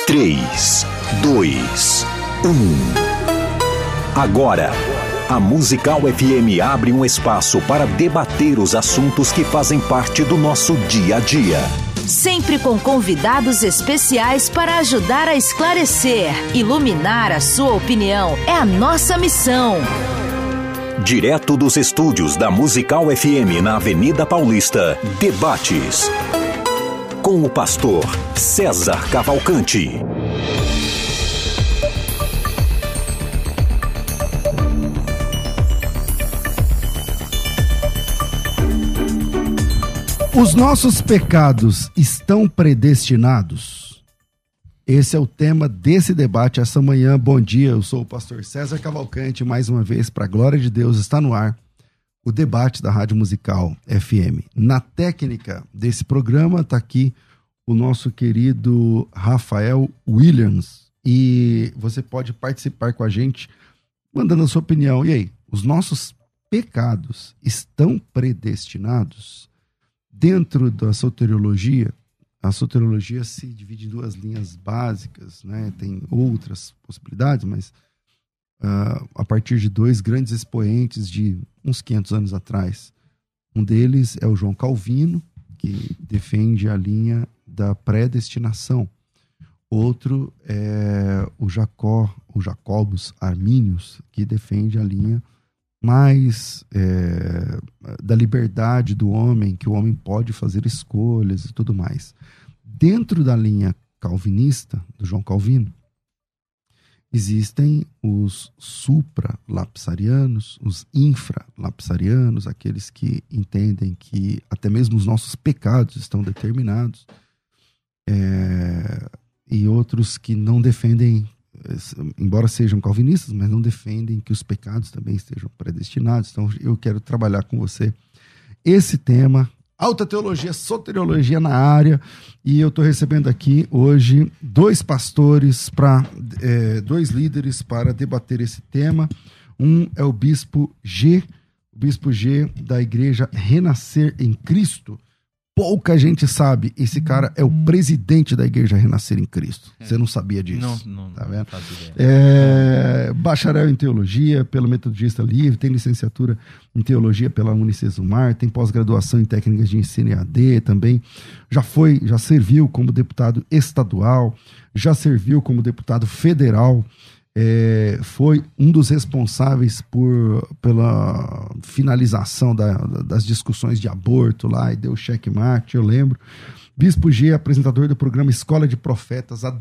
3, 2, 1. Agora, a Musical FM abre um espaço para debater os assuntos que fazem parte do nosso dia a dia. Sempre com convidados especiais para ajudar a esclarecer, iluminar a sua opinião. É a nossa missão. Direto dos estúdios da Musical FM na Avenida Paulista, debates com o pastor César Cavalcante. Os nossos pecados estão predestinados? Esse é o tema desse debate essa manhã. Bom dia, eu sou o pastor César Cavalcante, mais uma vez, para a glória de Deus, está no ar o debate da Rádio Musical FM. Na técnica desse programa está aqui o nosso querido Rafael Williams, e você pode participar com a gente mandando a sua opinião. E aí, os nossos pecados estão predestinados? Dentro da soteriologia, a soteriologia se divide em duas linhas básicas, né? Tem outras possibilidades, mas a partir de dois grandes expoentes de uns 500 anos atrás. Um deles é o João Calvino, que defende a linha da predestinação. Outro é o Jacobus Arminius, que defende a linha mais da liberdade do homem, que o homem pode fazer escolhas e tudo mais. Dentro da linha calvinista, do João Calvino, existem os supra-lapsarianos, os infra-lapsarianos, aqueles que entendem que até mesmo os nossos pecados estão determinados, e outros que não defendem, embora sejam calvinistas, mas não defendem que os pecados também estejam predestinados. Então eu quero trabalhar com você esse tema, alta teologia, soteriologia na área, e eu estou recebendo aqui hoje dois pastores, dois líderes para debater esse tema. Um é o Bispo G da Igreja Renascer em Cristo. Pouca gente sabe, esse cara é o presidente da Igreja Renascer em Cristo. Você não sabia disso? Não, tá vendo? Não fazia ideia. Bacharel em Teologia pelo Metodista Livre, tem licenciatura em Teologia pela Unicesumar, tem pós-graduação em Técnicas de Ensino EAD também. Já serviu como deputado estadual, já serviu como deputado federal. Foi um dos responsáveis pela finalização das discussões de aborto lá, e deu checkmate, eu lembro. Bispo G, apresentador do programa Escola de Profetas há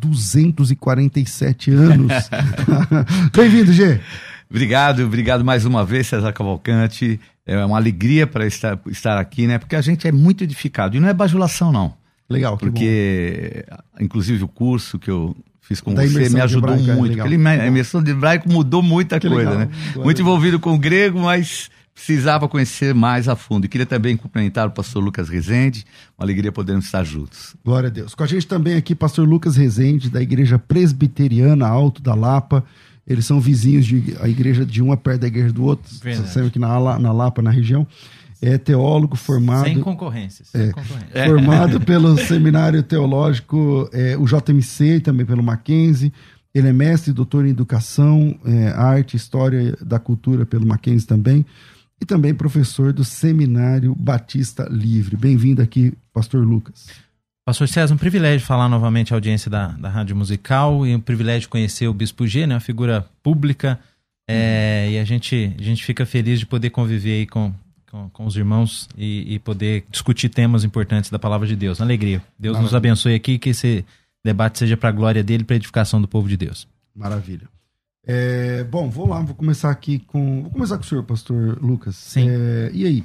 247 anos. Bem-vindo, G. Obrigado mais uma vez, César Cavalcante. É uma alegria para estar aqui, né? Porque a gente é muito edificado. E não é bajulação, não. Legal, porque, inclusive, o curso que eu fiz com da você me ajudou hebraico, muito. A imersão de hebraico mudou muita coisa, legal, né? Muito envolvido com o grego, mas precisava conhecer mais a fundo. E queria também cumprimentar o pastor Lucas Rezende. Uma alegria podermos estar juntos. Glória a Deus. Com a gente também aqui, pastor Lucas Rezende, da Igreja Presbiteriana Alto da Lapa. Eles são vizinhos, a igreja de uma perto da igreja do outro. Sempre aqui na Lapa, na região. É teólogo formado... Sem concorrências. Formado pelo Seminário Teológico, o JMC, e também pelo Mackenzie. Ele é mestre e doutor em Educação, Arte e História da Cultura pelo Mackenzie também. E também professor do Seminário Batista Livre. Bem-vindo aqui, pastor Lucas. Pastor César, um privilégio falar novamente à audiência da Rádio Musical, e um privilégio conhecer o Bispo G, né, uma figura pública, e a gente fica feliz de poder conviver aí com os irmãos e poder discutir temas importantes da Palavra de Deus. Alegria. Deus nos abençoe aqui, que esse debate seja para a glória dele e para a edificação do povo de Deus. Maravilha. Bom, vou começar com o senhor, pastor Lucas. Sim. E aí?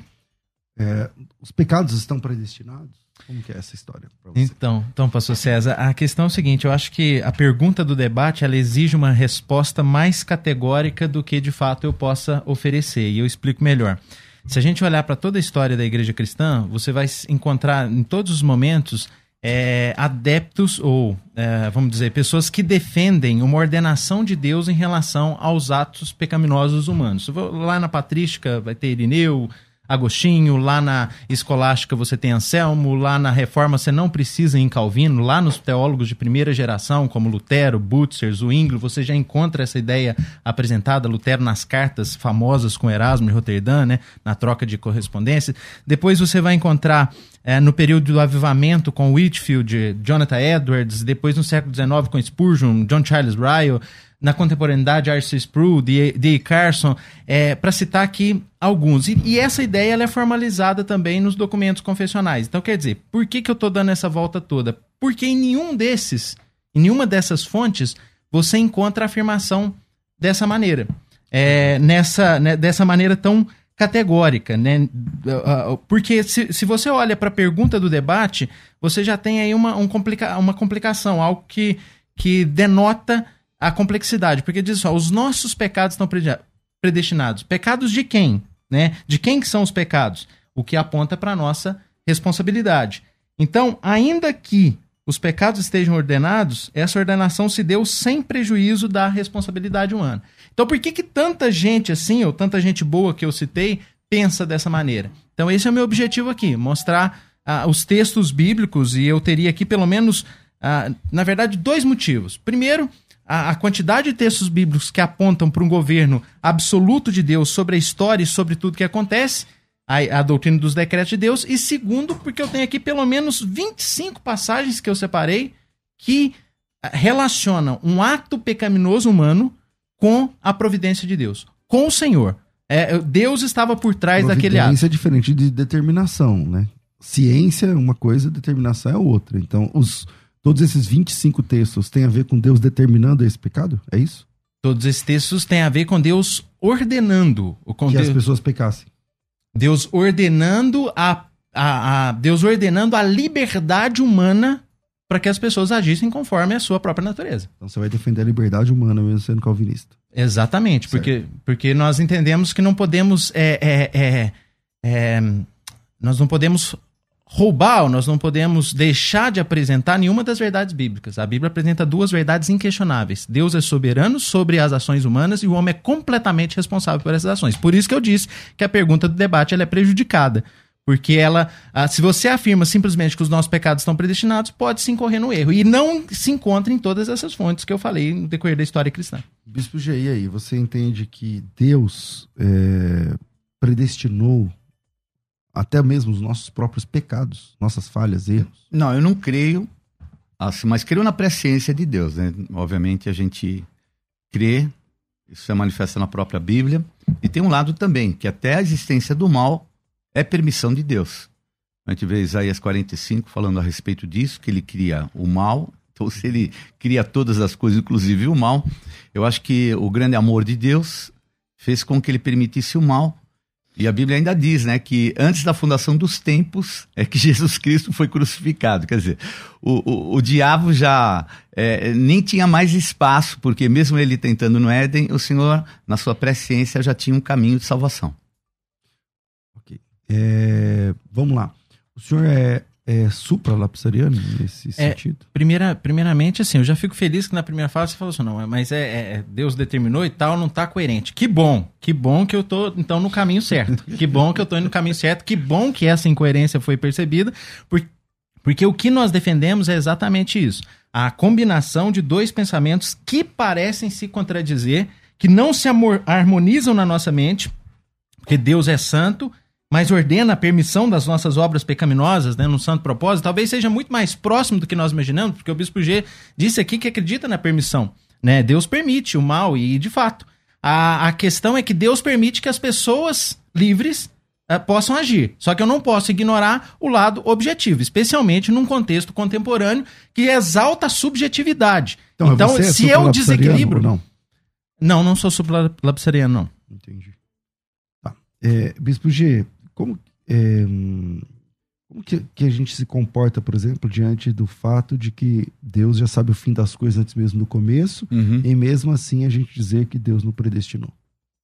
Os pecados estão predestinados? Como que é essa história para você? Então, pastor César, a questão é o seguinte: eu acho que a pergunta do debate, ela exige uma resposta mais categórica do que de fato eu possa oferecer, e eu explico melhor. Se a gente olhar para toda a história da igreja cristã, você vai encontrar em todos os momentos adeptos ou, vamos dizer, pessoas que defendem uma ordenação de Deus em relação aos atos pecaminosos humanos. Lá na patrística vai ter Irineu, Agostinho, lá na Escolástica você tem Anselmo, lá na Reforma você não precisa ir em Calvino, lá nos teólogos de primeira geração, como Lutero, Butzer, Zwinglio, você já encontra essa ideia apresentada, Lutero nas cartas famosas com Erasmo de Roterdã, né, na troca de correspondência. Depois você vai encontrar no período do Avivamento com Whitefield, Jonathan Edwards, depois no século XIX com Spurgeon, John Charles Ryle, na contemporaneidade, R.C. Sproul, D. Carson, para citar aqui alguns. E essa ideia ela é formalizada também nos documentos confessionais. Então, quer dizer, por que eu estou dando essa volta toda? Porque em nenhuma dessas fontes, você encontra a afirmação dessa maneira. Dessa maneira tão categórica, né? Porque se você olha para a pergunta do debate, você já tem aí uma complicação, algo que denota a complexidade, porque diz só, os nossos pecados estão predestinados. Pecados de quem? Né? De quem que são os pecados? O que aponta para a nossa responsabilidade. Então, ainda que os pecados estejam ordenados, essa ordenação se deu sem prejuízo da responsabilidade humana. Então, por que tanta gente assim, ou tanta gente boa que eu citei, pensa dessa maneira? Então, esse é o meu objetivo aqui, mostrar os textos bíblicos, e eu teria aqui pelo menos, na verdade, 2 motivos. Primeiro, a quantidade de textos bíblicos que apontam para um governo absoluto de Deus sobre a história e sobre tudo que acontece, a doutrina dos decretos de Deus, e segundo, porque eu tenho aqui pelo menos 25 passagens que eu separei que relacionam um ato pecaminoso humano com a providência de Deus, com o Senhor. Deus estava por trás daquele ato. Providência é diferente de determinação, né? Ciência é uma coisa, determinação é outra. Então, todos esses 25 textos têm a ver com Deus determinando esse pecado? É isso? Todos esses textos têm a ver com Deus ordenando. As pessoas pecassem. Deus ordenando Deus ordenando a liberdade humana para que as pessoas agissem conforme a sua própria natureza. Então você vai defender a liberdade humana mesmo sendo calvinista. Exatamente, porque nós entendemos que não podemos nós não podemos roubar, nós não podemos deixar de apresentar nenhuma das verdades bíblicas. A Bíblia apresenta 2 verdades inquestionáveis. Deus é soberano sobre as ações humanas e o homem é completamente responsável por essas ações. Por isso que eu disse que a pergunta do debate ela é prejudicada. Porque se você afirma simplesmente que os nossos pecados estão predestinados, pode se incorrer no erro. E não se encontra em todas essas fontes que eu falei no decorrer da história cristã. Bispo G, e aí? Você entende que Deus predestinou até mesmo os nossos próprios pecados, nossas falhas, erros? Não, eu não creio, assim, mas creio na presciência de Deus, né? Obviamente a gente crê, isso é manifesta na própria Bíblia, e tem um lado também, que até a existência do mal é permissão de Deus. A gente vê Isaías 45 falando a respeito disso, que ele cria o mal, então se ele cria todas as coisas, inclusive o mal, eu acho que o grande amor de Deus fez com que ele permitisse o mal. E a Bíblia ainda diz, né, que antes da fundação dos tempos é que Jesus Cristo foi crucificado. Quer dizer, o diabo já nem tinha mais espaço, porque mesmo ele tentando no Éden, o Senhor, na sua presciência, já tinha um caminho de salvação. Ok. Vamos lá. O senhor é supralapsariano nesse sentido? Primeiramente, assim, eu já fico feliz que na primeira fala você falou assim, não, mas Deus determinou e tal, não está coerente. Que bom que eu tô, então, no caminho certo. Que bom que eu tô indo no caminho certo, que bom que essa incoerência foi percebida, porque o que nós defendemos é exatamente isso. A combinação de 2 pensamentos que parecem se contradizer, que não se harmonizam na nossa mente, porque Deus é santo, mas ordena a permissão das nossas obras pecaminosas, né, num santo propósito, talvez seja muito mais próximo do que nós imaginamos, porque o Bispo G disse aqui que acredita na permissão. Né? Deus permite o mal e, de fato, a questão é que Deus permite que as pessoas livres possam agir. Só que eu não posso ignorar o lado objetivo, especialmente num contexto contemporâneo que exalta a subjetividade. Então se eu desequilibro... Não sou supralapsariano, não. Entendi. Tá. Bispo G, como que a gente se comporta, por exemplo, diante do fato de que Deus já sabe o fim das coisas antes mesmo do começo, e mesmo assim a gente dizer que Deus não predestinou?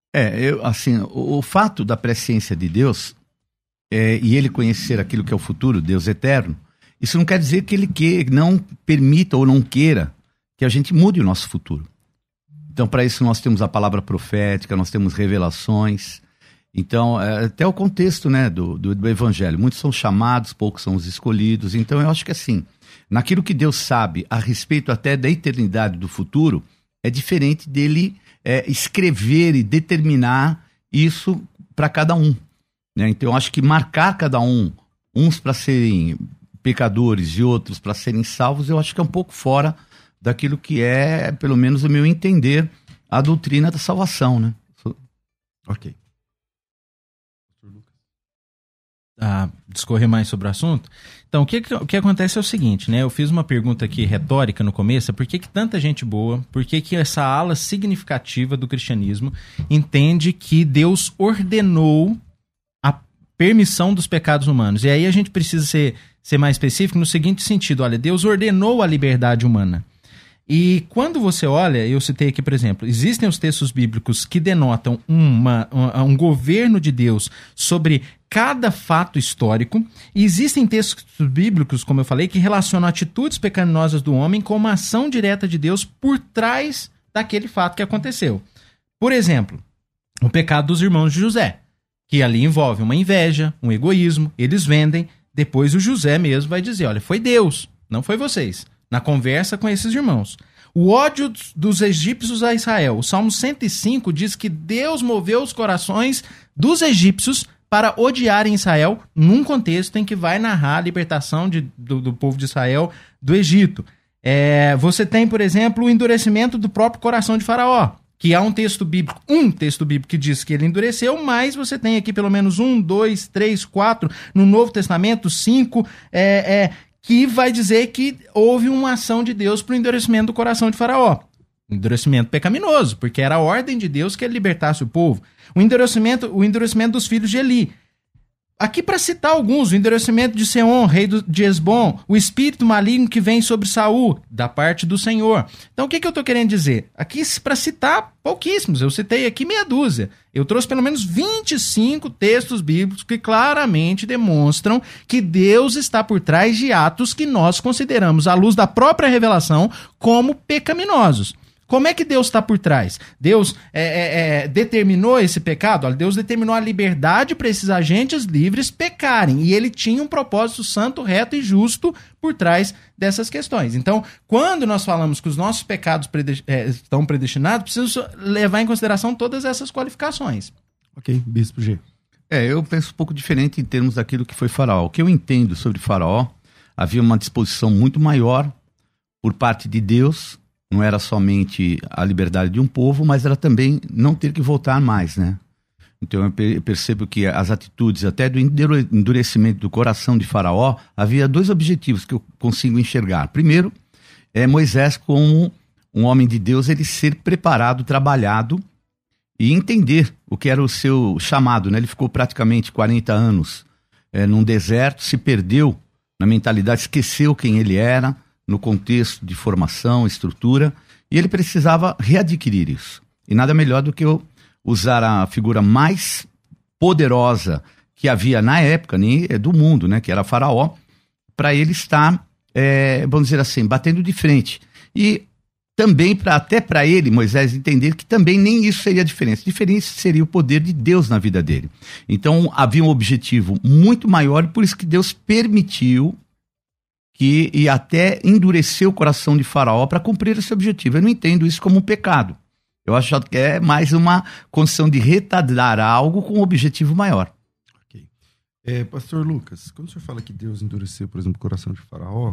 O fato da presciência de Deus e ele conhecer aquilo que é o futuro, Deus eterno, isso não quer dizer que ele não permita ou não queira que a gente mude o nosso futuro. Então, para isso nós temos a palavra profética, nós temos revelações. Então, até o contexto, né, do evangelho. Muitos são chamados, poucos são os escolhidos. Então, eu acho que assim, naquilo que Deus sabe a respeito até da eternidade do futuro, é diferente dele escrever e determinar isso para cada um, né? Então, eu acho que marcar cada um, uns para serem pecadores e outros para serem salvos, eu acho que é um pouco fora daquilo que é, pelo menos o meu entender, a doutrina da salvação, né? Ok. Discorrer mais sobre o assunto. Então, o que acontece é o seguinte, né? Eu fiz uma pergunta aqui retórica no começo, por que tanta gente boa, por que essa ala significativa do cristianismo entende que Deus ordenou a permissão dos pecados humanos? E aí a gente precisa ser mais específico no seguinte sentido, olha, Deus ordenou a liberdade humana. E quando você olha, eu citei aqui, por exemplo, existem os textos bíblicos que denotam um governo de Deus sobre cada fato histórico, e existem textos bíblicos, como eu falei, que relacionam atitudes pecaminosas do homem com uma ação direta de Deus por trás daquele fato que aconteceu. Por exemplo, o pecado dos irmãos de José, que ali envolve uma inveja, um egoísmo, eles vendem, depois o José mesmo vai dizer, olha, foi Deus, não foi vocês. Na conversa com esses irmãos. O ódio dos egípcios a Israel. O Salmo 105 diz que Deus moveu os corações dos egípcios para odiarem Israel num contexto em que vai narrar a libertação do povo de Israel do Egito. Você tem, por exemplo, o endurecimento do próprio coração de Faraó, que há um texto bíblico que diz que ele endureceu, mas você tem aqui pelo menos 1, 2, 3, 4, no Novo Testamento, 5, que vai dizer que houve uma ação de Deus para o endurecimento do coração de Faraó. Endurecimento pecaminoso, porque era a ordem de Deus que ele libertasse o povo. O endurecimento dos filhos de Eli. Aqui para citar alguns, o endurecimento de Seom, rei de Hesbom, o espírito maligno que vem sobre Saul, da parte do Senhor. Então o que eu estou querendo dizer? Aqui para citar pouquíssimos, eu citei aqui meia dúzia. Eu trouxe pelo menos 25 textos bíblicos que claramente demonstram que Deus está por trás de atos que nós consideramos, à luz da própria revelação, como pecaminosos. Como é que Deus está por trás? Deus determinou esse pecado? Olha, Deus determinou a liberdade para esses agentes livres pecarem. E ele tinha um propósito santo, reto e justo por trás dessas questões. Então, quando nós falamos que os nossos pecados estão predestinados, precisamos levar em consideração todas essas qualificações. Ok, Bispo G. Eu penso um pouco diferente em termos daquilo que foi Faraó. O que eu entendo sobre Faraó, havia uma disposição muito maior por parte de Deus. Não era somente a liberdade de um povo, mas era também não ter que voltar mais, né? Então eu percebo que as atitudes, até do endurecimento do coração de Faraó, havia dois objetivos que eu consigo enxergar. Primeiro, Moisés, como um homem de Deus, ele ser preparado, trabalhado e entender o que era o seu chamado, né? Ele ficou praticamente 40 anos num deserto, se perdeu na mentalidade, esqueceu quem ele era, no contexto de formação, estrutura, e ele precisava readquirir isso. E nada melhor do que eu usar a figura mais poderosa que havia na época do mundo, né, que era Faraó, para ele estar, vamos dizer assim, batendo de frente. E também, até para ele, Moisés, entender que também nem isso seria a diferença. A diferença seria o poder de Deus na vida dele. Então, havia um objetivo muito maior, e por isso que Deus permitiu e até endureceu o coração de Faraó para cumprir esse objetivo. Eu não entendo isso como um pecado. Eu acho que é mais uma condição de retardar algo com um objetivo maior. Ok. Pastor Lucas, quando o senhor fala que Deus endureceu, por exemplo, o coração de Faraó,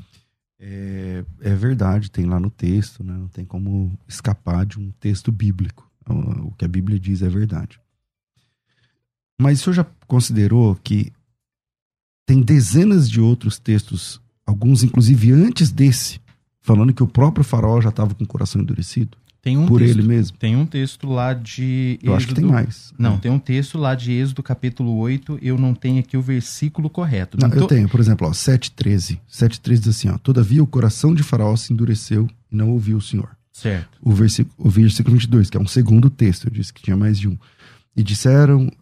é verdade, tem lá no texto, né? Não tem como escapar de um texto bíblico. O que a Bíblia diz é verdade. Mas o senhor já considerou que tem dezenas de outros textos, alguns inclusive antes desse, falando que o próprio Faraó já estava com o coração endurecido? Tem um por texto, ele mesmo? Tem um texto lá de Êxodo. Eu acho que tem mais. Não, tem um texto lá de Êxodo, capítulo 8, eu não tenho aqui o versículo correto. Não, eu tenho, por exemplo, 7,13. 7,13 diz assim, todavia o coração de Faraó se endureceu e não ouviu o Senhor. Certo. O versículo 22, que é um segundo texto, eu disse que tinha mais de um. E disseram,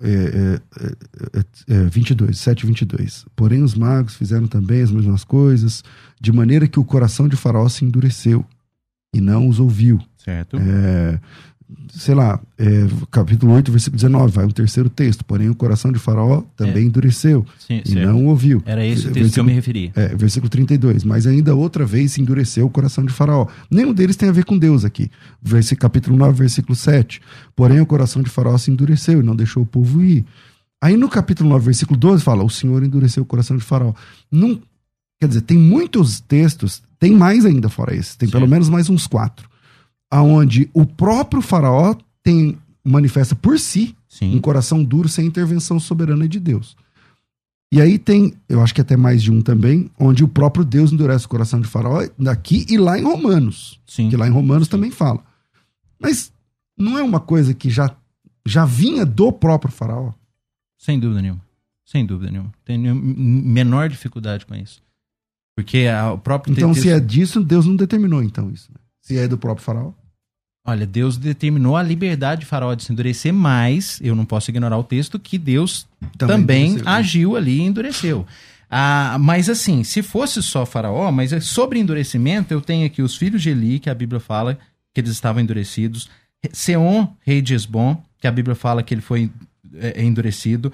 7:22, porém os magos fizeram também as mesmas coisas, de maneira que o coração de Faraó se endureceu e não os ouviu. Certo. sei lá, capítulo 8, versículo 19, vai um terceiro texto. Porém, o coração de Faraó também endureceu e não ouviu. Era esse o texto que eu me referi. Versículo 32. Mas ainda outra vez se endureceu o coração de Faraó. Nenhum deles tem a ver com Deus aqui. Capítulo 9, versículo 7. Porém, o coração de Faraó se endureceu e não deixou o povo ir. Aí no capítulo 9, versículo 12, fala: o Senhor endureceu o coração de Faraó. Não, quer dizer, tem muitos textos, tem mais ainda fora esse, tem pelo menos mais uns 4, aonde o próprio Faraó manifesta por si um coração duro sem intervenção soberana de Deus. E aí tem, eu acho que até mais de um também, onde o próprio Deus endurece o coração de Faraó, daqui e lá em Romanos. Que lá em Romanos também fala. Mas não é uma coisa que já vinha do próprio Faraó? Sem dúvida nenhuma. Sem dúvida nenhuma. Tenho menor dificuldade com isso. Porque o próprio... Então, se é disso, Deus não determinou então isso, né? Se é do próprio Faraó? Olha, Deus determinou a liberdade de Faraó de se endurecer, mas eu não posso ignorar o texto que Deus também agiu ali e endureceu. Mas assim, se fosse só Faraó, mas sobre endurecimento, eu tenho aqui os filhos de Eli, que a Bíblia fala que eles estavam endurecidos. Seom, rei de Hesbom, que a Bíblia fala que ele foi endurecido.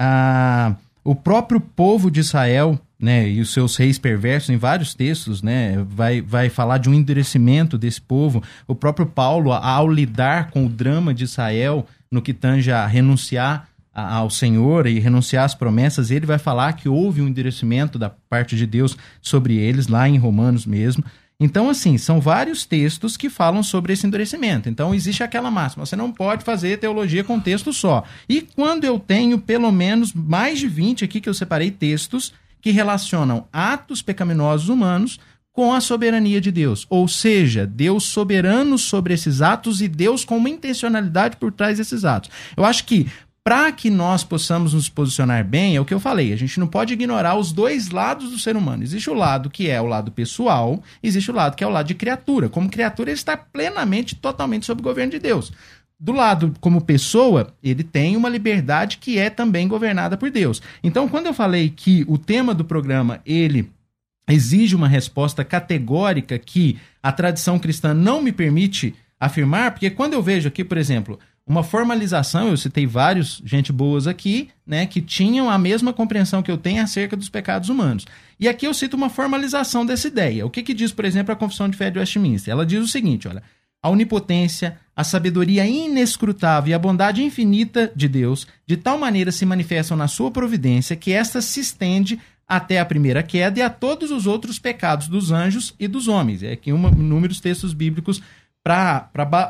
O próprio povo de Israel, né, e os seus reis perversos, em vários textos, né, vai falar de um endurecimento desse povo. O próprio Paulo, ao lidar com o drama de Israel, no que tange a renunciar ao Senhor e renunciar às promessas, ele vai falar que houve um endurecimento da parte de Deus sobre eles, lá em Romanos mesmo. Então, assim, são vários textos que falam sobre esse endurecimento. Então, existe aquela máxima: você não pode fazer teologia com texto só. E quando eu tenho pelo menos mais de 20 aqui que eu separei textos que relacionam atos pecaminosos humanos com a soberania de Deus. Ou seja, Deus soberano sobre esses atos e Deus com uma intencionalidade por trás desses atos. Eu acho que para que nós possamos nos posicionar bem, é o que eu falei, a gente não pode ignorar os dois lados do ser humano. Existe o lado que é o lado pessoal, existe o lado que é o lado de criatura. Como criatura, ele está plenamente, totalmente sob o governo de Deus. Do lado como pessoa, ele tem uma liberdade que é também governada por Deus. Então, quando eu falei que o tema do programa, ele exige uma resposta categórica que a tradição cristã não me permite afirmar, porque quando eu vejo aqui, por exemplo, uma formalização, eu citei vários gente boas aqui, né, que tinham a mesma compreensão que eu tenho acerca dos pecados humanos. E aqui eu cito uma formalização dessa ideia. O que diz, por exemplo, a Confissão de Fé de Westminster? Ela diz o seguinte, olha: a onipotência, a sabedoria inescrutável e a bondade infinita de Deus, de tal maneira se manifestam na sua providência, que esta se estende até a primeira queda e a todos os outros pecados dos anjos e dos homens. É aqui inúmeros textos bíblicos para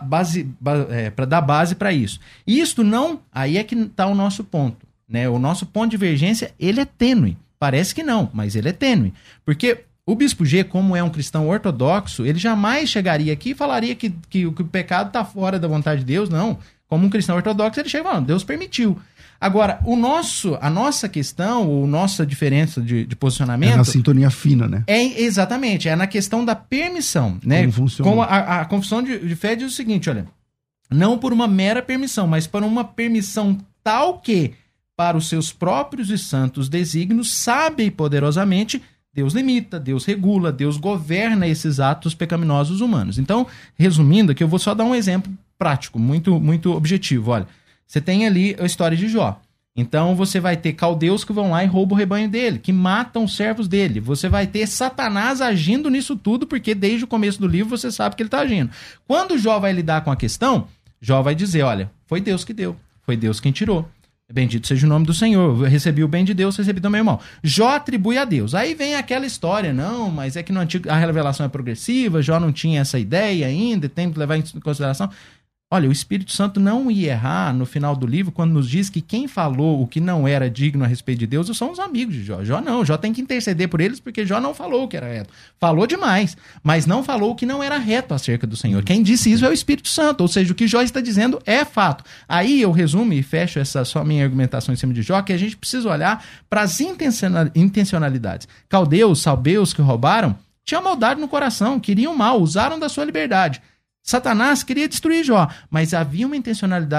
dar base para isso. E isto não, aí é que está o nosso ponto, né? O nosso ponto de divergência, ele é tênue. Parece que não, mas ele é tênue. Porque o Bispo G, como é um cristão ortodoxo, ele jamais chegaria aqui e falaria que o pecado está fora da vontade de Deus, não. Como um cristão ortodoxo, ele chega falando: Deus permitiu. Agora, a nossa questão, ou nossa diferença de posicionamento... É na sintonia fina, né? Exatamente, é na questão da permissão, né? Como funciona? Como a Confissão de Fé diz o seguinte, olha: não por uma mera permissão, mas por uma permissão tal que, para os seus próprios e santos desígnios, sábia e poderosamente, Deus limita, Deus regula, Deus governa esses atos pecaminosos humanos. Então, resumindo aqui, eu vou só dar um exemplo prático, muito, muito objetivo, olha. Você tem ali a história de Jó. Então você vai ter caldeus que vão lá e roubam o rebanho dele, que matam os servos dele. Você vai ter Satanás agindo nisso tudo, porque desde o começo do livro você sabe que ele está agindo. Quando Jó vai lidar com a questão, Jó vai dizer: olha, foi Deus que deu, foi Deus quem tirou. Bendito seja o nome do Senhor, eu recebi o bem de Deus, recebi também o mal. Jó atribui a Deus. Aí vem aquela história: não, mas é que no Antigo a revelação é progressiva, Jó não tinha essa ideia ainda, tem que levar em consideração. Olha, o Espírito Santo não ia errar no final do livro quando nos diz que quem falou o que não era digno a respeito de Deus são os amigos de Jó. Jó não, Jó tem que interceder por eles porque Jó não falou o que era reto. Falou demais, mas não falou o que não era reto acerca do Senhor. Quem disse isso é o Espírito Santo, ou seja, o que Jó está dizendo é fato. Aí eu resumo e fecho essa só minha argumentação em cima de Jó, que a gente precisa olhar para as intencionalidades. Caldeus, salbeus que roubaram, tinham maldade no coração, queriam mal, usaram da sua liberdade. Satanás queria destruir Jó, mas havia uma intencionalidade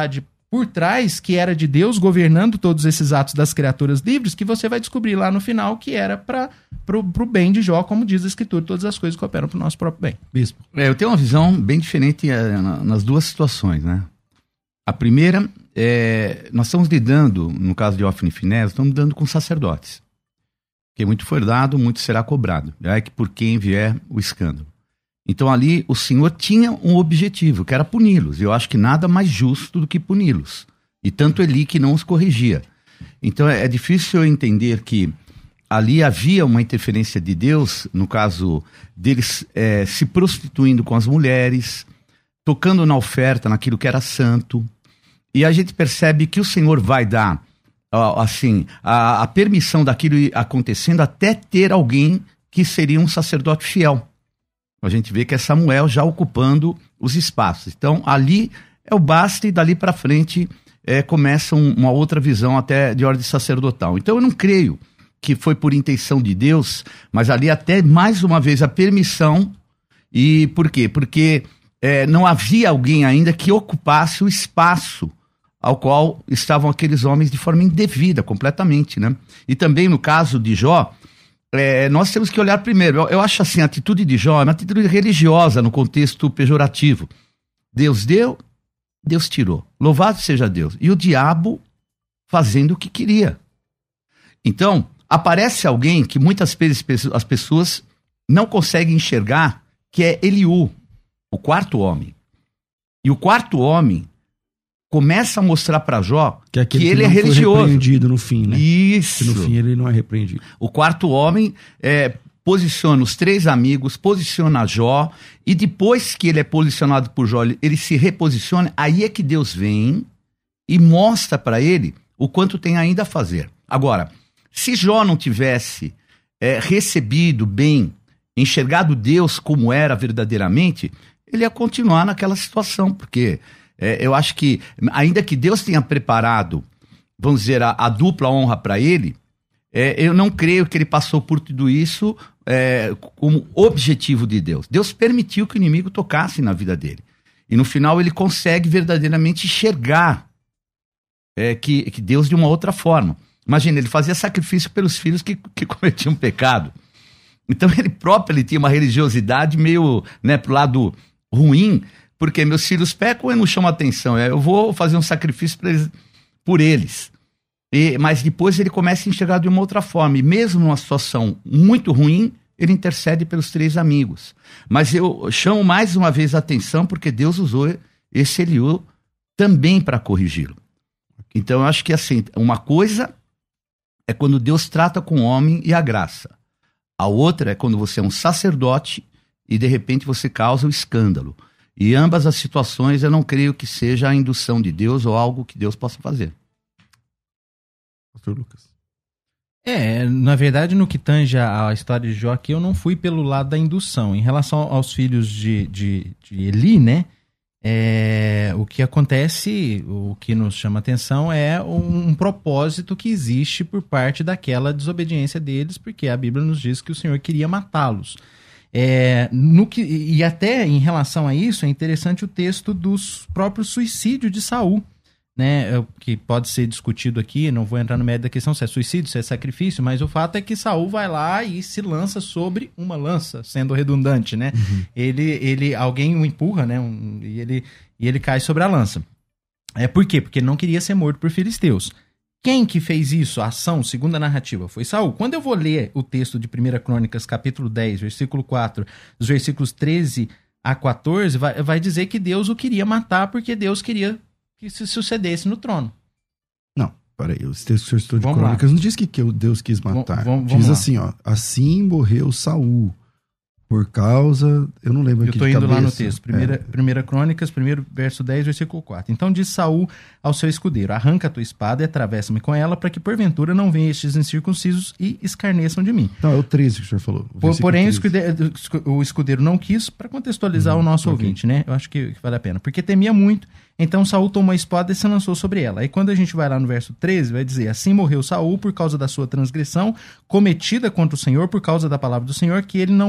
por trás, que era de Deus governando todos esses atos das criaturas livres, que você vai descobrir lá no final que era pro bem de Jó, como diz a Escritura, todas as coisas cooperam pro nosso próprio bem. Bispo. Eu tenho uma visão bem diferente nas duas situações, né? A primeira, nós estamos lidando, no caso de Ofni e Finéias, estamos lidando com sacerdotes. Que muito foi dado, muito será cobrado. É que por quem vier o escândalo. Então ali o Senhor tinha um objetivo, que era puni-los. Eu acho que nada mais justo do que puni-los. E tanto Eli que não os corrigia. Então é difícil eu entender que ali havia uma interferência de Deus, no caso deles se prostituindo com as mulheres, tocando na oferta, naquilo que era santo. E a gente percebe que o Senhor vai dar assim, a permissão daquilo acontecendo até ter alguém que seria um sacerdote fiel. A gente vê que é Samuel já ocupando os espaços. Então, ali é o basta e dali para frente começa uma outra visão até de ordem sacerdotal. Então, eu não creio que foi por intenção de Deus, mas ali até mais uma vez a permissão. E por quê? Porque não havia alguém ainda que ocupasse o espaço ao qual estavam aqueles homens de forma indevida, completamente, né? E também no caso de Jó, nós temos que olhar primeiro. Eu acho assim, a atitude de Jó é uma atitude religiosa no contexto pejorativo. Deus deu, Deus tirou. Louvado seja Deus. E o diabo fazendo o que queria. Então, aparece alguém que muitas vezes as pessoas não conseguem enxergar, que é Eliú, o quarto homem. E o quarto homem começa a mostrar para Jó que ele é religioso. Foi repreendido no fim, né? Isso. Que no fim ele não é repreendido. O quarto homem posiciona os três amigos, posiciona Jó, e depois que ele é posicionado por Jó, ele se reposiciona, aí é que Deus vem e mostra para ele o quanto tem ainda a fazer. Agora, se Jó não tivesse recebido bem, enxergado Deus como era verdadeiramente, ele ia continuar naquela situação, porque eu acho que, ainda que Deus tenha preparado, vamos dizer, a dupla honra para ele, eu não creio que ele passou por tudo isso como objetivo de Deus. Deus permitiu que o inimigo tocasse na vida dele. E no final ele consegue verdadeiramente enxergar que Deus de uma outra forma. Imagina, ele fazia sacrifício pelos filhos que cometiam pecado. Então ele tinha uma religiosidade meio pro lado ruim, porque meus filhos pecam e não chamam atenção. Eu vou fazer um sacrifício por eles. Mas depois ele começa a enxergar de uma outra forma. E mesmo numa situação muito ruim, ele intercede pelos três amigos. Mas eu chamo mais uma vez a atenção porque Deus usou esse Eliú também para corrigi-lo. Então eu acho que assim, uma coisa é quando Deus trata com o homem e a graça. A outra é quando você é um sacerdote e de repente você causa o escândalo. E ambas as situações eu não creio que seja a indução de Deus ou algo que Deus possa fazer. Pastor Lucas. Na verdade, no que tange a história de Jó aqui, eu não fui pelo lado da indução. Em relação aos filhos de Eli, né? O que acontece, o que nos chama atenção é um propósito que existe por parte daquela desobediência deles, porque a Bíblia nos diz que o Senhor queria matá-los. E até em relação a isso, é interessante o texto do próprio suicídio de Saul, né? Que pode ser discutido aqui, não vou entrar no mérito da questão se é suicídio, se é sacrifício, mas o fato é que Saul vai lá e se lança sobre uma lança, sendo redundante, né? Uhum. Alguém o empurra, né? E ele cai sobre a lança. Por quê? Porque ele não queria ser morto por filisteus. Quem que fez isso, a ação, segundo a narrativa? Foi Saul. Quando eu vou ler o texto de 1 Crônicas, capítulo 10, versículo 4, dos versículos 13 a 14, vai dizer que Deus o queria matar porque Deus queria que se sucedesse no trono. Não, peraí, o texto que o senhor citou de Crônicas não diz que Deus quis matar. Diz assim, assim morreu Saul. Por causa... Eu não lembro aqui de cabeça. Eu estou indo lá no texto. 1 Crônicas, 1 verso 10, versículo 4. Então diz Saul ao seu escudeiro: arranca a tua espada e atravessa-me com ela, para que porventura não venham estes incircuncisos e escarneçam de mim. Não, é o 13 que o senhor falou. Porém, o escudeiro não quis, para contextualizar o nosso ouvinte, né? Eu acho que vale a pena. Porque temia muito, então Saul tomou a espada e se lançou sobre ela. Aí quando a gente vai lá no verso 13, vai dizer: assim morreu Saul por causa da sua transgressão, cometida contra o Senhor, por causa da palavra do Senhor, que ele não guardara.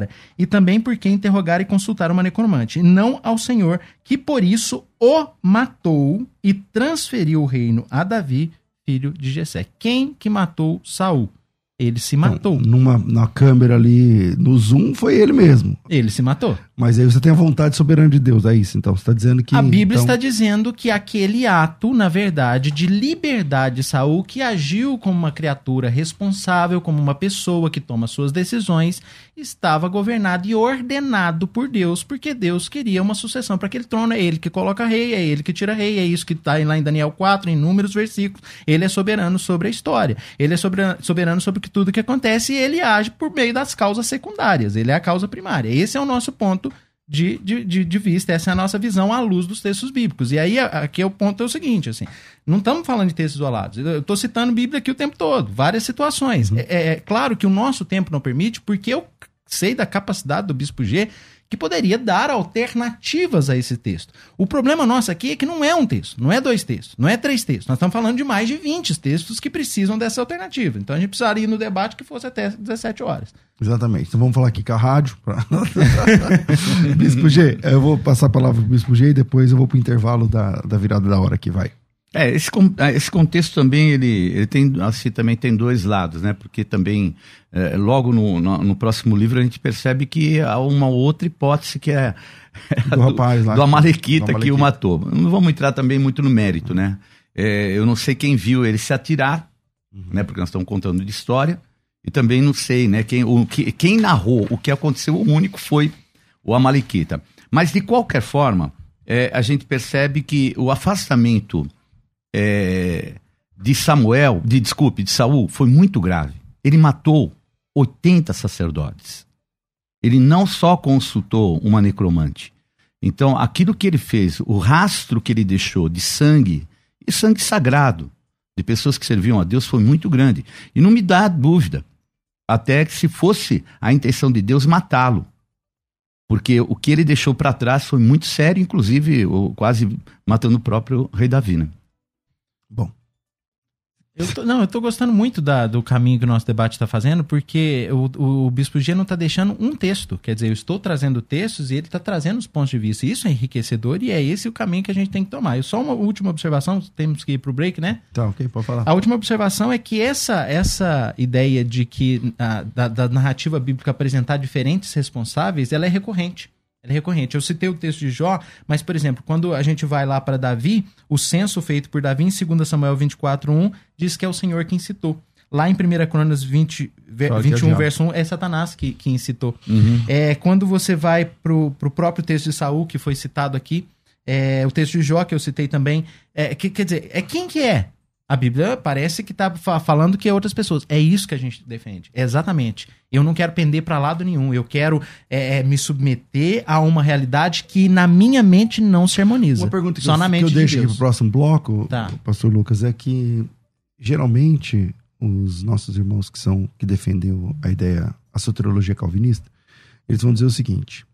consultara, e também porque interrogara e consultara uma necromante, e não ao Senhor, que por isso o matou e transferiu o reino a Davi, filho de Jessé. Quem que matou Saul? Ele se matou. Na câmera ali, no zoom, foi ele mesmo. Ele se matou. Mas aí você tem a vontade soberana de Deus, é isso. Então, você está dizendo que... A Bíblia está dizendo que aquele ato, na verdade, de liberdade de Saul, que agiu como uma criatura responsável, como uma pessoa que toma suas decisões, estava governado e ordenado por Deus, porque Deus queria uma sucessão para aquele trono. É ele que coloca rei, é ele que tira rei, é isso que está lá em Daniel 4, em inúmeros versículos. Ele é soberano sobre a história. Ele é soberano sobre tudo que acontece, e ele age por meio das causas secundárias. Ele é a causa primária. Esse é o nosso ponto de vista, essa é a nossa visão à luz dos textos bíblicos. E aí, aqui o ponto é o seguinte, assim, não estamos falando de textos isolados. Eu estou citando Bíblia aqui o tempo todo, várias situações. É claro que o nosso tempo não permite, porque eu sei da capacidade do Bispo G, que poderia dar alternativas a esse texto. O problema nosso aqui é que não é um texto, não é 2 textos, não é 3 textos. Nós estamos falando de mais de 20 textos que precisam dessa alternativa. Então a gente precisaria ir no debate que fosse até 17 horas. Exatamente. Então vamos falar aqui com a rádio. Bispo G, eu vou passar a palavra para o Bispo G e depois eu vou para o intervalo da virada da hora aqui, vai. Esse contexto também, ele tem, assim, também tem 2 lados, né? Porque também, logo no próximo livro, a gente percebe que há uma outra hipótese que é do Amalequita que o matou. Não vamos entrar também muito no mérito, né? Eu não sei quem viu ele se atirar, né? Porque nós estamos contando de história, e também não sei, né? Quem narrou o que aconteceu, o único foi o Amalequita. Mas, de qualquer forma, a gente percebe que o afastamento de Saul foi muito grave. Ele matou 80 sacerdotes. Ele não só consultou uma necromante. Então, aquilo que ele fez, o rastro que ele deixou de sangue, e sangue sagrado, de pessoas que serviam a Deus, foi muito grande. E não me dá dúvida, até que se fosse a intenção de Deus matá-lo. Porque o que ele deixou para trás foi muito sério, inclusive quase matando o próprio rei Davi, né? Bom. Eu tô gostando muito do caminho que o nosso debate está fazendo, porque o Bispo G não está deixando um texto. Quer dizer, eu estou trazendo textos e ele está trazendo os pontos de vista. Isso é enriquecedor e é esse o caminho que a gente tem que tomar. E só uma última observação, temos que ir para o break, né? Tá, ok, pode falar. A última observação é que essa ideia de que da narrativa bíblica apresentar diferentes responsáveis, ela é recorrente. Eu citei o texto de Jó, mas, por exemplo, quando a gente vai lá para Davi, o censo feito por Davi em 2 Samuel 24:1 diz que é o Senhor que incitou. Lá em 1 Crônicas 21, verso 1, é Satanás que incitou. Quando você vai pro próprio texto de Saul, que foi citado aqui, o texto de Jó, que eu citei também, quer dizer, quem que é? A Bíblia parece que está falando que é outras pessoas. É isso que a gente defende. Exatamente. Eu não quero pender para lado nenhum. Eu quero me submeter a uma realidade que na minha mente não se harmoniza. Uma pergunta só na mente que eu deixo de Deus. aqui para o próximo bloco, tá. Pastor Lucas, é que geralmente os nossos irmãos que defendem a soteriologia calvinista, eles vão dizer o seguinte: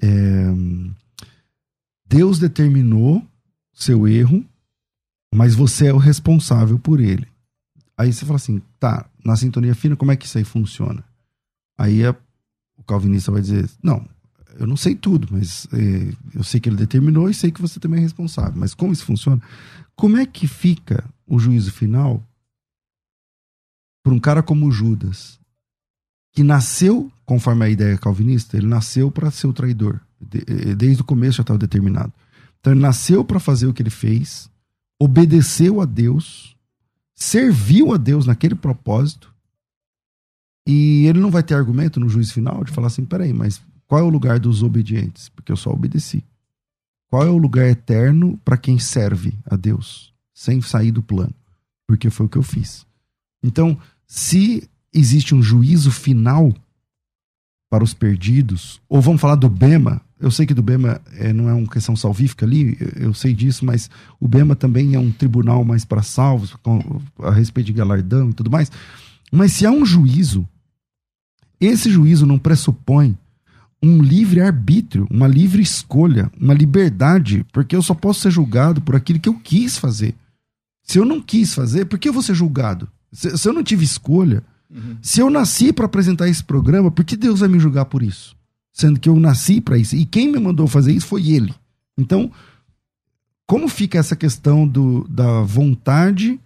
Deus determinou seu erro, mas você é o responsável por ele. Aí você fala assim, tá, na sintonia fina, como é que isso aí funciona? Aí o calvinista vai dizer, não, eu não sei tudo, mas eu sei que ele determinou e sei que você também é responsável. Mas como isso funciona? Como é que fica o juízo final para um cara como Judas, que nasceu, conforme a ideia calvinista, ele nasceu para ser o traidor. Desde o começo já estava determinado. Então ele nasceu para fazer o que ele fez, obedeceu a Deus, serviu a Deus naquele propósito, e ele não vai ter argumento no juízo final de falar assim, peraí, mas qual é o lugar dos obedientes? Porque eu só obedeci. Qual é o lugar eterno para quem serve a Deus, sem sair do plano? Porque foi o que eu fiz. Então, se existe um juízo final para os perdidos, ou vamos falar do Bema, eu sei que do Bema não é uma questão salvífica ali, eu sei disso, mas o Bema também é um tribunal mais para salvos, a respeito de galardão e tudo mais. Mas se há um juízo, esse juízo não pressupõe um livre-arbítrio, uma livre escolha, uma liberdade, porque eu só posso ser julgado por aquilo que eu quis fazer. Se eu não quis fazer, por que eu vou ser julgado? Se eu não tive escolha, se eu nasci para apresentar esse programa, por que Deus vai me julgar por isso? sendo que eu nasci para isso. E quem me mandou fazer isso foi ele. Então, como fica essa questão da vontade,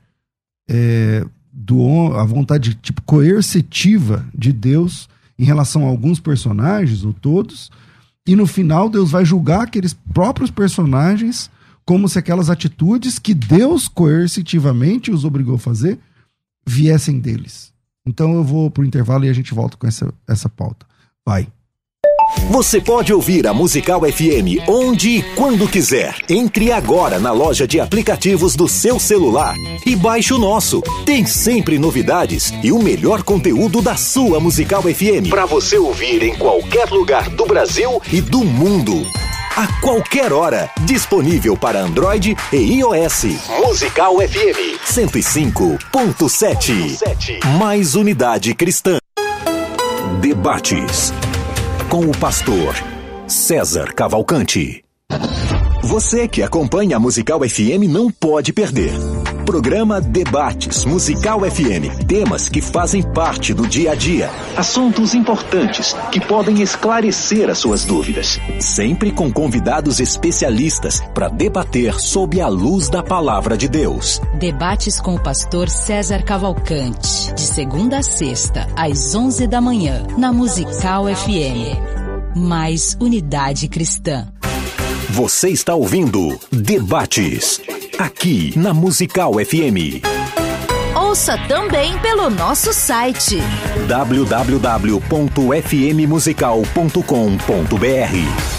a vontade tipo coercitiva de Deus em relação a alguns personagens, ou todos, e no final Deus vai julgar aqueles próprios personagens como se aquelas atitudes que Deus coercitivamente os obrigou a fazer viessem deles. Então eu vou pro intervalo e a gente volta com essa pauta. Vai. Você pode ouvir a Musical FM onde e quando quiser. Entre agora na loja de aplicativos do seu celular e baixe o nosso. Tem sempre novidades e o melhor conteúdo da sua Musical FM para você ouvir em qualquer lugar do Brasil e do mundo. A qualquer hora. Disponível para Android e iOS. Musical FM 105.7. Mais unidade cristã. Debates com o pastor César Cavalcante. Você que acompanha a Musical FM não pode perder. Programa Debates Musical FM. Temas que fazem parte do dia a dia. Assuntos importantes que podem esclarecer as suas dúvidas. Sempre com convidados especialistas para debater sob a luz da palavra de Deus. Debates com o pastor César Cavalcante. De segunda a sexta, às 11 da manhã, na Musical FM. Mais unidade cristã. Você está ouvindo Debates, aqui na Musical FM. Ouça também pelo nosso site www.fmmusical.com.br.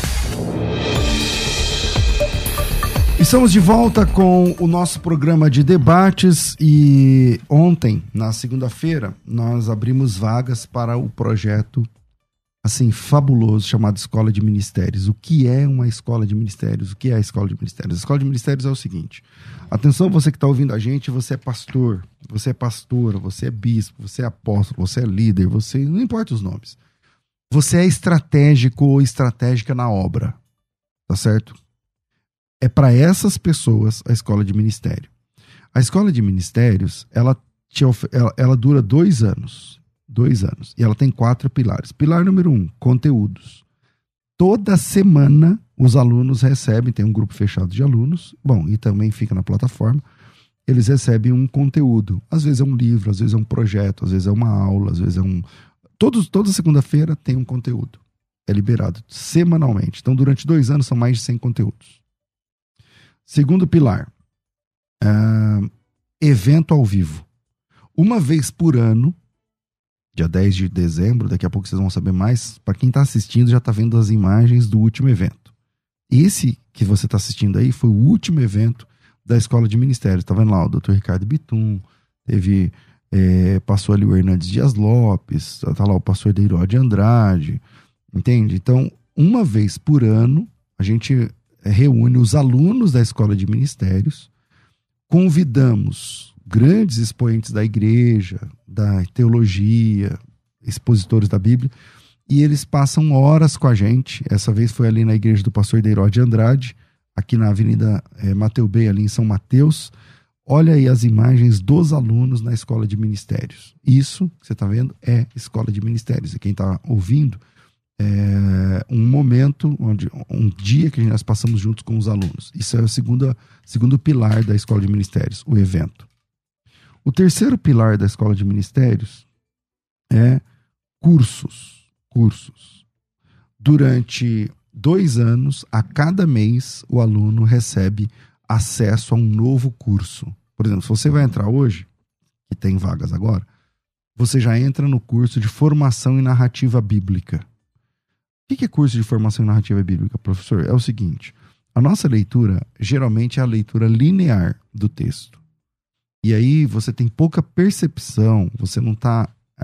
Estamos de volta com o nosso programa de debates e ontem, na segunda-feira, nós abrimos vagas para o projeto assim, fabuloso, chamado Escola de Ministérios. O que é uma escola de ministérios? O que é a escola de ministérios? A escola de ministérios é o seguinte. Atenção, você que está ouvindo a gente, você é pastor, você é pastora, você é bispo, você é apóstolo, você é líder, você... Não importa os nomes. Você é estratégico ou estratégica na obra. Tá certo? É para essas pessoas a escola de ministério. A escola de ministérios, ela dura 2 anos. 2 anos. E ela tem 4 pilares. Pilar número 1, conteúdos. Toda semana os alunos recebem, tem um grupo fechado de alunos, bom, e também fica na plataforma, eles recebem um conteúdo. Às vezes é um livro, às vezes é um projeto, às vezes é uma aula, às vezes é um... Toda segunda-feira tem um conteúdo. É liberado semanalmente. Então, durante 2 anos, são mais de 100 conteúdos. Segundo pilar, evento ao vivo. Uma vez por ano, dia 10 de dezembro, daqui a pouco vocês vão saber mais. Para quem está assistindo, já está vendo as imagens do último evento. Esse que você está assistindo aí foi o último evento da Escola de Ministérios. Está vendo lá o Dr. Ricardo Bitum, passou ali o Hernandes Dias Lopes, está lá o pastor Deiró de Andrade, entende? Então, uma vez por ano, a gente reúne os alunos da Escola de Ministérios, convidamos grandes expoentes da igreja, da teologia, expositores da Bíblia, e eles passam horas com a gente. Essa vez foi ali na igreja do pastor Deiró de Andrade, aqui na Avenida Mateu Bey, ali em São Mateus. Olha aí as imagens dos alunos na Escola de Ministérios. Isso que você está vendo é Escola de Ministérios. E quem está ouvindo, é um momento, um dia que nós passamos juntos com os alunos. Isso é o segundo pilar da Escola de Ministérios, o evento. O terceiro pilar da Escola de Ministérios é cursos. Durante 2 anos, a cada mês, o aluno recebe acesso a um novo curso. Por exemplo, se você vai entrar hoje, que tem vagas agora, você já entra no curso de formação em narrativa bíblica. O que é curso de formação em narrativa bíblica, professor? É o seguinte, a nossa leitura geralmente é a leitura linear do texto. E aí você tem pouca percepção, você não está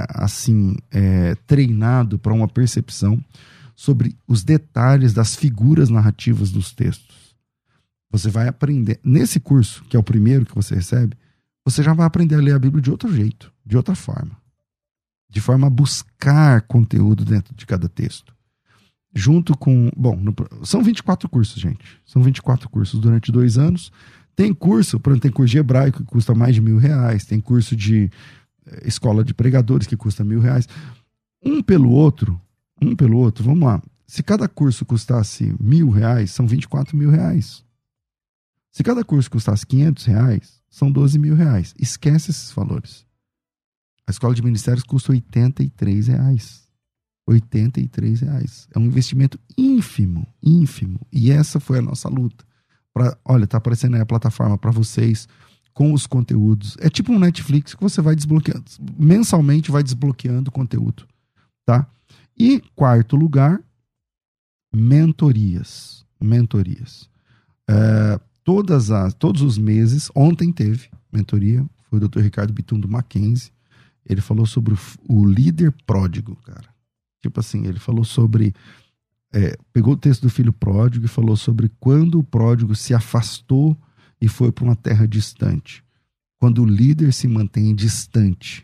treinado para uma percepção sobre os detalhes das figuras narrativas dos textos. Você vai aprender, nesse curso, que é o primeiro que você recebe, você já vai aprender a ler a Bíblia de outro jeito, de outra forma. De forma a buscar conteúdo dentro de cada texto. Junto com... são 24 cursos, gente. São 24 cursos durante 2 anos. Tem curso, por exemplo, tem curso de hebraico que custa mais de R$1.000, tem curso de escola de pregadores que custa R$1.000. Um pelo outro, vamos lá. Se cada curso custasse R$1.000, são R$24.000. Se cada curso custasse R$500, são R$12.000. Esquece esses valores. A escola de ministérios custa R$83. R$83. É um investimento ínfimo. E essa foi a nossa luta. Olha, tá aparecendo aí a plataforma para vocês, com os conteúdos. É tipo um Netflix que você vai desbloqueando. Mensalmente vai desbloqueando o conteúdo. Tá? E quarto lugar, mentorias. Todos os meses, ontem teve mentoria, foi o Dr. Ricardo Bitum do Mackenzie. Ele falou sobre o líder pródigo, cara. Tipo assim, ele falou sobre... pegou o texto do filho pródigo e falou sobre quando o pródigo se afastou e foi para uma terra distante. Quando o líder se mantém distante.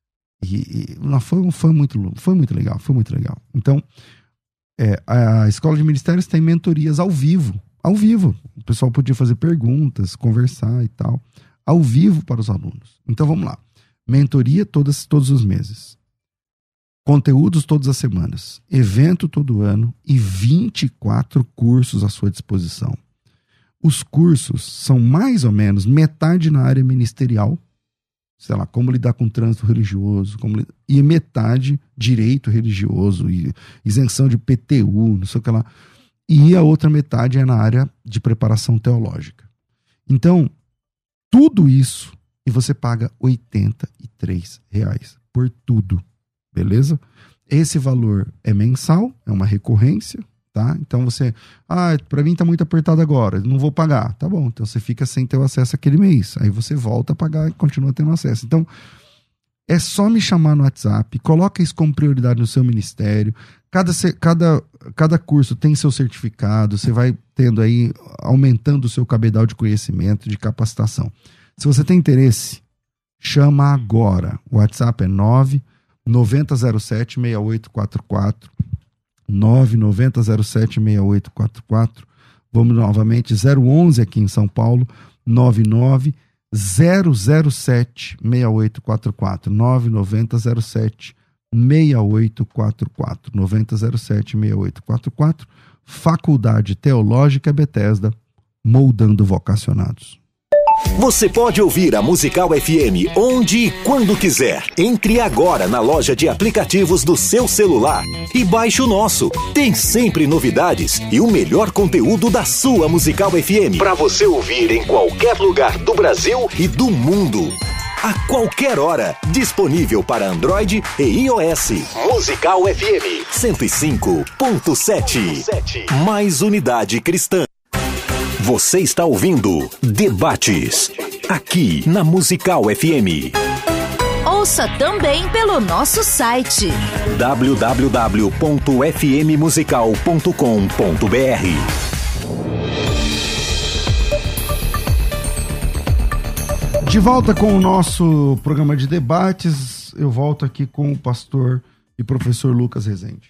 Foi muito legal. Então, a Escola de Ministérios tem mentorias ao vivo. O pessoal podia fazer perguntas, conversar e tal. Ao vivo para os alunos. Então, vamos lá. Mentoria todos os meses. Conteúdos todas as semanas. Evento todo ano e 24 cursos à sua disposição. Os cursos são mais ou menos metade na área ministerial, sei lá, como lidar com trânsito religioso, e metade direito religioso, e isenção de PTU, não sei o que lá. E a outra metade é na área de preparação teológica. Então, tudo isso, e você paga R$83 por tudo, beleza? Esse valor é mensal, é uma recorrência, tá? Então você, para mim tá muito apertado agora, não vou pagar. Tá bom, então você fica sem ter o acesso aquele mês. Aí você volta a pagar e continua tendo acesso. Então, é só me chamar no WhatsApp, coloca isso como prioridade no seu ministério. Cada curso tem seu certificado, você vai tendo aí, aumentando o seu cabedal de conhecimento, de capacitação. Se você tem interesse, chama agora. O WhatsApp é 99007-6844. 99007-6844. Vamos novamente, 011 aqui em São Paulo, 99007-6844. 99007-6844. 9007-6844. Faculdade Teológica Bethesda, moldando vocacionados. Você pode ouvir a Musical FM onde e quando quiser. Entre agora na loja de aplicativos do seu celular e baixe o nosso. Tem sempre novidades e o melhor conteúdo da sua Musical FM para você ouvir em qualquer lugar do Brasil e do mundo. A qualquer hora. Disponível para Android e iOS. Musical FM 105.7. Mais unidade cristã. Você está ouvindo Debates, aqui na Musical FM. Ouça também pelo nosso site www.fmmusical.com.br. De volta com o nosso programa de debates, eu volto aqui com o pastor e professor Lucas Rezende.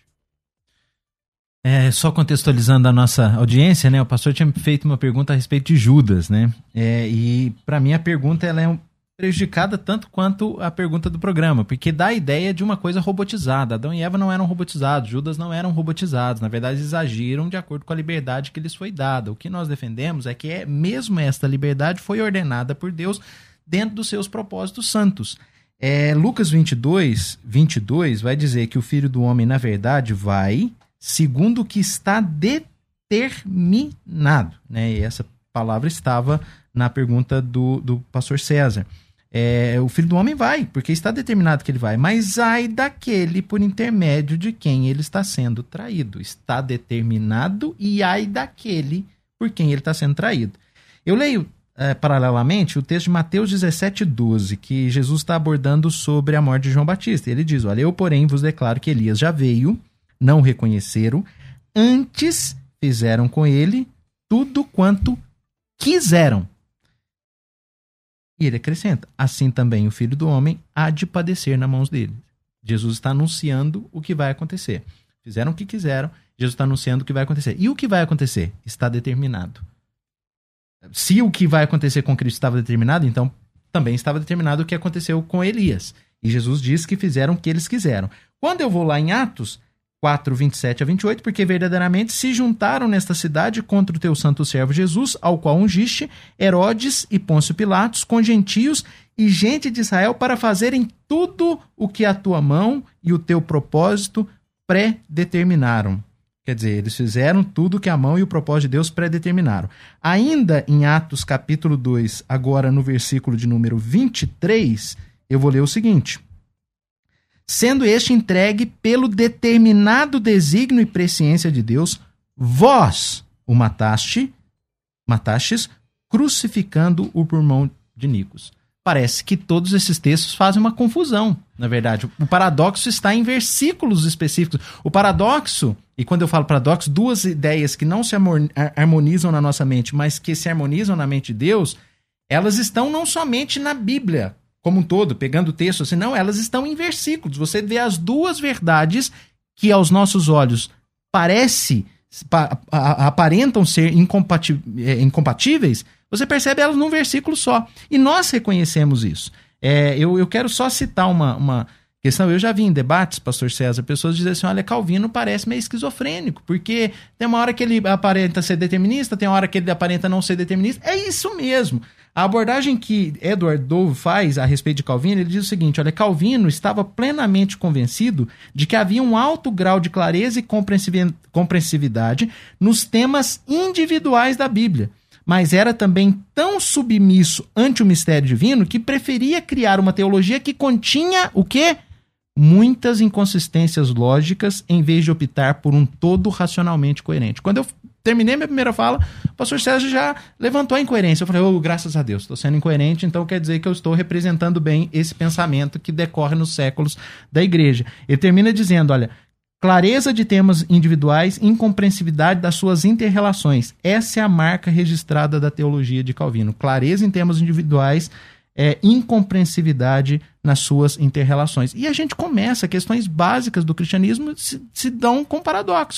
Só contextualizando a nossa audiência, né? O pastor tinha feito uma pergunta a respeito de Judas, né? E para mim a pergunta ela é prejudicada tanto quanto a pergunta do programa, porque dá a ideia de uma coisa robotizada. Adão e Eva não eram robotizados, Judas não eram robotizados. Na verdade, eles agiram de acordo com a liberdade que lhes foi dada. O que nós defendemos é que mesmo esta liberdade foi ordenada por Deus dentro dos seus propósitos santos. Lucas 22 vai dizer que o Filho do Homem, na verdade, vai... segundo o que está determinado, né? E essa palavra estava na pergunta do pastor César. O Filho do Homem vai, porque está determinado que ele vai, mas ai daquele por intermédio de quem ele está sendo traído. Está determinado e ai daquele por quem ele está sendo traído. Eu leio paralelamente o texto de Mateus 17:12, que Jesus está abordando sobre a morte de João Batista. Ele diz, olha, eu porém vos declaro que Elias já veio, não o reconheceram, antes fizeram com ele tudo quanto quiseram. E ele acrescenta, assim também o Filho do Homem há de padecer nas mãos dele. Jesus está anunciando o que vai acontecer. Fizeram o que quiseram, Jesus está anunciando o que vai acontecer. E o que vai acontecer? Está determinado. Se o que vai acontecer com Cristo estava determinado, então também estava determinado o que aconteceu com Elias. E Jesus diz que fizeram o que eles quiseram. Quando eu vou lá em Atos, 4, 27 a 28, porque verdadeiramente se juntaram nesta cidade contra o teu santo servo Jesus, ao qual ungiste Herodes e Pôncio Pilatos, com gentios e gente de Israel, para fazerem tudo o que a tua mão e o teu propósito predeterminaram. Quer dizer, eles fizeram tudo que a mão e o propósito de Deus predeterminaram. Ainda em Atos capítulo 2, agora no versículo de número 23, eu vou ler o seguinte: sendo este entregue pelo determinado desígnio e presciência de Deus, vós o matastes, crucificando-o por mão de Nicos. Parece que todos esses textos fazem uma confusão, na verdade. O paradoxo está em versículos específicos. O paradoxo, e quando eu falo paradoxo, duas ideias que não se harmonizam na nossa mente, mas que se harmonizam na mente de Deus, elas estão não somente na Bíblia como um todo, pegando o texto assim, não, elas estão em versículos. Você vê as duas verdades que aos nossos olhos aparentam ser incompatíveis, você percebe elas num versículo só. E nós reconhecemos isso. Eu quero só citar uma questão. Eu já vi em debates, pastor César, pessoas dizem assim, olha, Calvino parece meio esquizofrênico, porque tem uma hora que ele aparenta ser determinista, tem uma hora que ele aparenta não ser determinista. É isso mesmo. A abordagem que Edward Dove faz a respeito de Calvino, ele diz o seguinte, olha, Calvino estava plenamente convencido de que havia um alto grau de clareza e compreensividade nos temas individuais da Bíblia, mas era também tão submisso ante o mistério divino que preferia criar uma teologia que continha o quê? Muitas inconsistências lógicas, em vez de optar por um todo racionalmente coerente. Quando eu terminei minha primeira fala, o pastor Sérgio já levantou a incoerência. Eu falei, graças a Deus, estou sendo incoerente, então quer dizer que eu estou representando bem esse pensamento que decorre nos séculos da igreja. Ele termina dizendo, olha, clareza de temas individuais, incompreensibilidade das suas inter-relações. Essa é a marca registrada da teologia de Calvino. Clareza em temas individuais, incompreensibilidade nas suas inter-relações. E a gente começa, questões básicas do cristianismo se dão com paradoxo.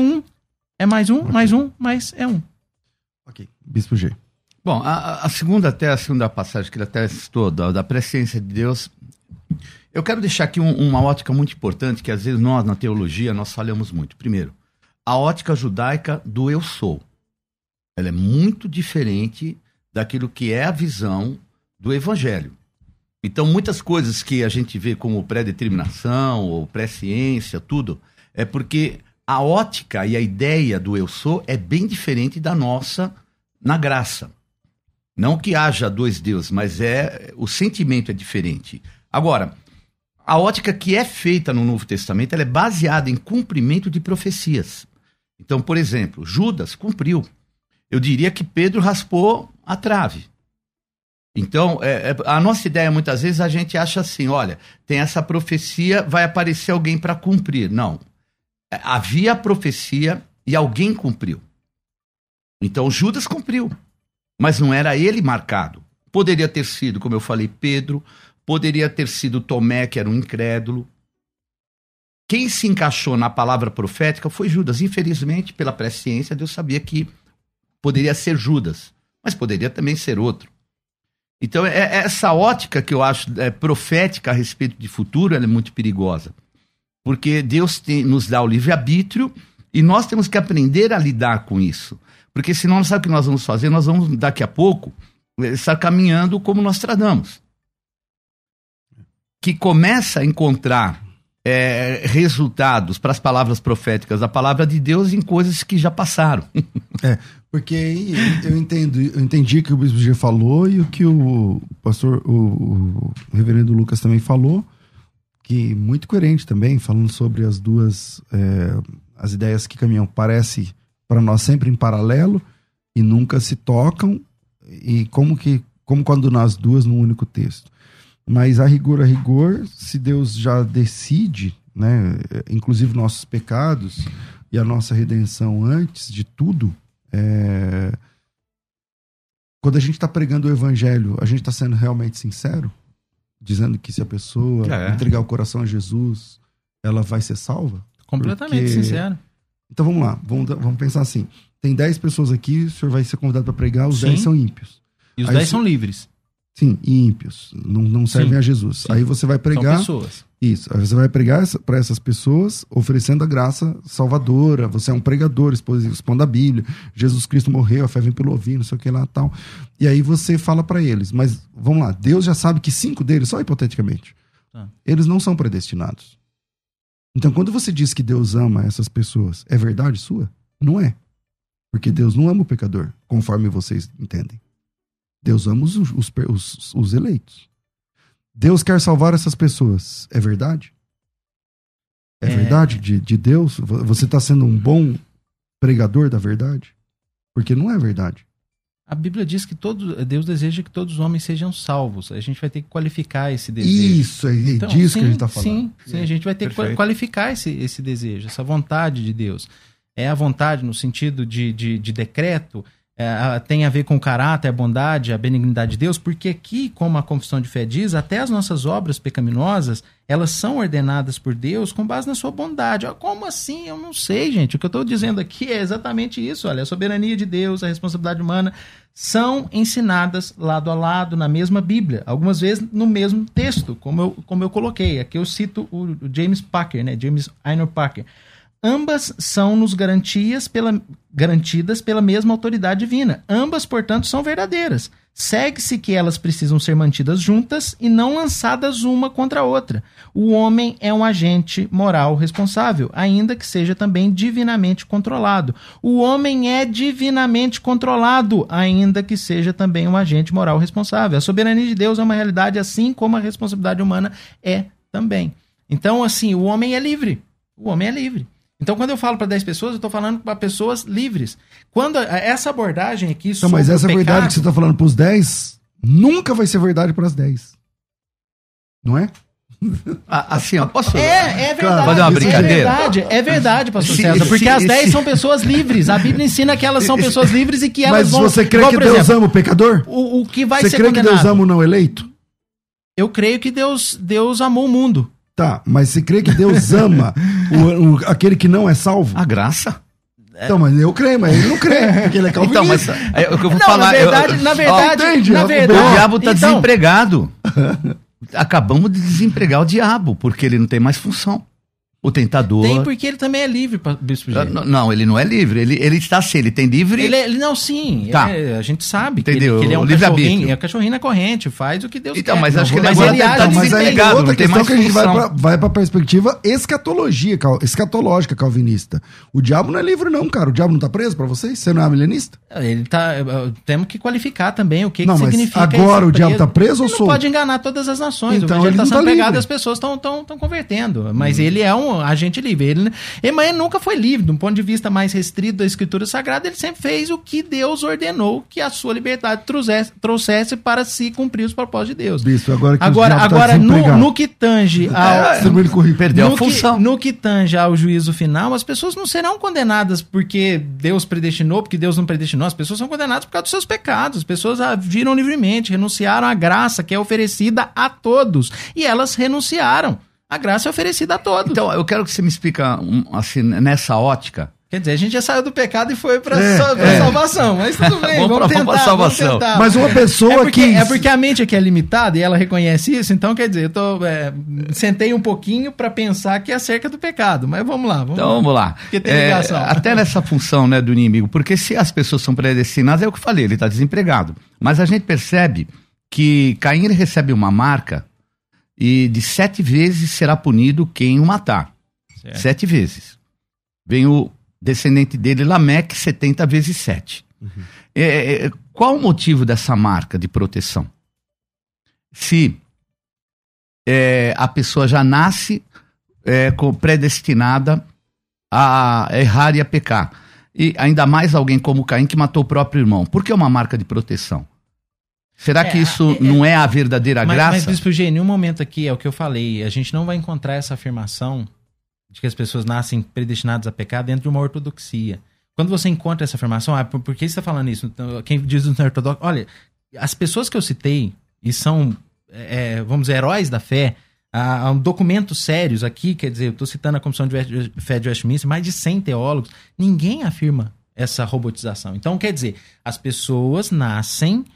É mais um, okay. Mais um, mas é um. Ok, Bispo G. Bom, a segunda passagem que ele até citou, da presciência de Deus, eu quero deixar aqui uma ótica muito importante, que às vezes nós, na teologia, nós falhamos muito. Primeiro, a ótica judaica do eu sou. Ela é muito diferente daquilo que é a visão do evangelho. Então, muitas coisas que a gente vê como pré-determinação ou presciência, tudo, é porque a ótica e a ideia do eu sou é bem diferente da nossa na graça. Não que haja dois deuses, mas o sentimento é diferente. Agora, a ótica que é feita no Novo Testamento, ela é baseada em cumprimento de profecias. Então, por exemplo, Judas cumpriu. Eu diria que Pedro raspou a trave. Então, a nossa ideia, muitas vezes, a gente acha assim, olha, tem essa profecia, vai aparecer alguém para cumprir. Não. Havia a profecia e alguém cumpriu. Então, Judas cumpriu, mas não era ele marcado. Poderia ter sido, como eu falei, Pedro, poderia ter sido Tomé, que era um incrédulo. Quem se encaixou na palavra profética foi Judas. Infelizmente, pela presciência, Deus sabia que poderia ser Judas, mas poderia também ser outro. Então, essa ótica que eu acho profética a respeito de futuro, ela é muito perigosa. Porque Deus nos dá o livre-arbítrio e nós temos que aprender a lidar com isso. Porque senão, não sabe o que nós vamos fazer? Nós vamos, daqui a pouco, estar caminhando como nós tradamos. Que começa a encontrar resultados para as palavras proféticas da palavra de Deus em coisas que já passaram. Porque eu entendi o que o Bispo G falou e o que o pastor, o reverendo Lucas também falou, que muito coerente também, falando sobre as duas, as ideias que caminham, parece para nós sempre em paralelo e nunca se tocam, e como quando nas duas num único texto. Mas a rigor, se Deus já decide, né, inclusive nossos pecados e a nossa redenção antes de tudo, quando a gente está pregando o evangelho, a gente está sendo realmente sincero? Dizendo que se a pessoa entregar o coração a Jesus, ela vai ser salva? Completamente sincero. Então vamos lá, vamos pensar assim. Tem 10 pessoas aqui, o senhor vai ser convidado para pregar, os 10 são ímpios. E os 10 são livres. Sim, e ímpios. Não servem a Jesus. Aí você vai pregar... São pessoas. Isso. Aí você vai pregar para essas pessoas, oferecendo a graça salvadora. Você é um pregador, expondo a Bíblia. Jesus Cristo morreu, a fé vem pelo ouvir, não sei o que lá e tal. E aí você fala para eles. Mas, vamos lá, Deus já sabe que 5 deles, só hipoteticamente, eles não são predestinados. Então, quando você diz que Deus ama essas pessoas, é verdade sua? Não é. Porque Deus não ama o pecador, conforme vocês entendem. Deus ama os eleitos. Deus quer salvar essas pessoas. É verdade? É verdade de Deus? Você está sendo um bom pregador da verdade? Porque não é verdade. A Bíblia diz que Deus deseja que todos os homens sejam salvos. A gente vai ter que qualificar esse desejo. Isso, é disso que a gente está falando. Sim, a gente vai ter que qualificar esse desejo, essa vontade de Deus. É a vontade no sentido de decreto, tem a ver com o caráter, a bondade, a benignidade de Deus, porque aqui, como a Confissão de Fé diz, até as nossas obras pecaminosas, elas são ordenadas por Deus com base na sua bondade. Como assim? Eu não sei, gente. O que eu estou dizendo aqui é exatamente isso. Olha, a soberania de Deus, a responsabilidade humana, são ensinadas lado a lado na mesma Bíblia, algumas vezes no mesmo texto, como eu coloquei. Aqui eu cito o James Packer, né? James Einor Packer. Ambas são-nos garantidas pela mesma autoridade divina. Ambas, portanto, são verdadeiras. Segue-se que elas precisam ser mantidas juntas e não lançadas uma contra a outra. O homem é um agente moral responsável, ainda que seja também divinamente controlado. O homem é divinamente controlado, ainda que seja também um agente moral responsável. A soberania de Deus é uma realidade, assim como a responsabilidade humana é também. Então, assim, o homem é livre. O homem é livre. Então, quando eu falo para 10 pessoas, eu estou falando para pessoas livres. Quando essa abordagem aqui sobre mas essa o pecado... verdade que você está falando para os 10 nunca vai ser verdade para as 10. Não é? Assim, ó, posso... É verdade. Fazer uma brincadeira? É verdade, pastor César, porque as 10 são pessoas livres. A Bíblia ensina que elas são pessoas livres e que elas vão... Mas você crê que Deus ama o pecador? O que vai ser condenado? Você crê que Deus ama o não eleito? Eu creio que Deus amou o mundo. Tá, mas você crê que Deus ama aquele que não é salvo? A graça. Então, mas eu creio, mas ele não crê, porque ele é calvinista. Então, mas é o que eu vou falar. Na verdade, o diabo está desempregado. Acabamos de desempregar o diabo, porque ele não tem mais função. O tentador... Tem, porque ele também é livre, Bispo G. Não, ele não é livre. Ele está assim, ele tem livre... Tá. A gente sabe que entendeu? ele é um cachorrinho. É um cachorrinho na corrente, faz o que Deus quer. Então, mas acho que ele agora está desempregado, não tem mais que a gente vai para a perspectiva escatológica calvinista. O diabo não é livre não, cara. O diabo não está preso para vocês? Você não é milenista? Ele tá... Temos que qualificar também o que significa isso. Agora o diabo está preso ou solto? Ele não pode enganar todas as nações. Então, o evangelho está sendo pregado e as livre. pessoas estão convertendo. Mas ele é um agente livre. Mas ele nunca foi livre. De um ponto de vista mais restrito da Escritura Sagrada, ele sempre fez o que Deus ordenou que a sua liberdade trouxesse para se cumprir os propósitos de Deus. Bispo, agora no que tange ao... Perdeu a função. No que tange ao juízo final, as pessoas não serão condenadas porque Deus predestinou, porque Deus não predestinou. As pessoas são condenadas por causa dos seus pecados. As pessoas viram livremente, renunciaram à graça que é oferecida a todos. E elas renunciaram. A graça é oferecida a todos. Então, eu quero que você me explique, assim, nessa ótica. Quer dizer, a gente já saiu do pecado e foi para salvação, mas tudo bem, vamos tentar, pra salvação. Mas uma pessoa É porque a mente aqui é limitada e ela reconhece isso, então quer dizer, sentei um pouquinho para pensar que é acerca do pecado, mas vamos lá. Vamos lá. Porque tem ligação. Até nessa função, né, do inimigo, porque se as pessoas são predestinadas, é o que eu falei, ele está desempregado. Mas a gente percebe que Caim recebe uma marca e de 7 vezes será punido quem o matar. Certo. 7 vezes. Vem o descendente dele, Lameque, 70 vezes 7. Uhum. Qual o motivo dessa marca de proteção? Se a pessoa já nasce predestinada a errar e a pecar. E ainda mais alguém como Caim que matou o próprio irmão. Por que uma marca de proteção? Será que isso não é a verdadeira graça? Mas, Bispo G, em nenhum momento aqui é o que eu falei. A gente não vai encontrar essa afirmação de que as pessoas nascem predestinadas a pecar dentro de uma ortodoxia. Quando você encontra essa afirmação, por que você está falando isso? Quem diz no ortodoxo... Olha, as pessoas que eu citei, e são, vamos dizer, heróis da fé, há documentos sérios aqui, quer dizer, eu estou citando a Comissão de Fé de Westminster, mais de 100 teólogos, ninguém afirma essa robotização. Então, quer dizer, as pessoas nascem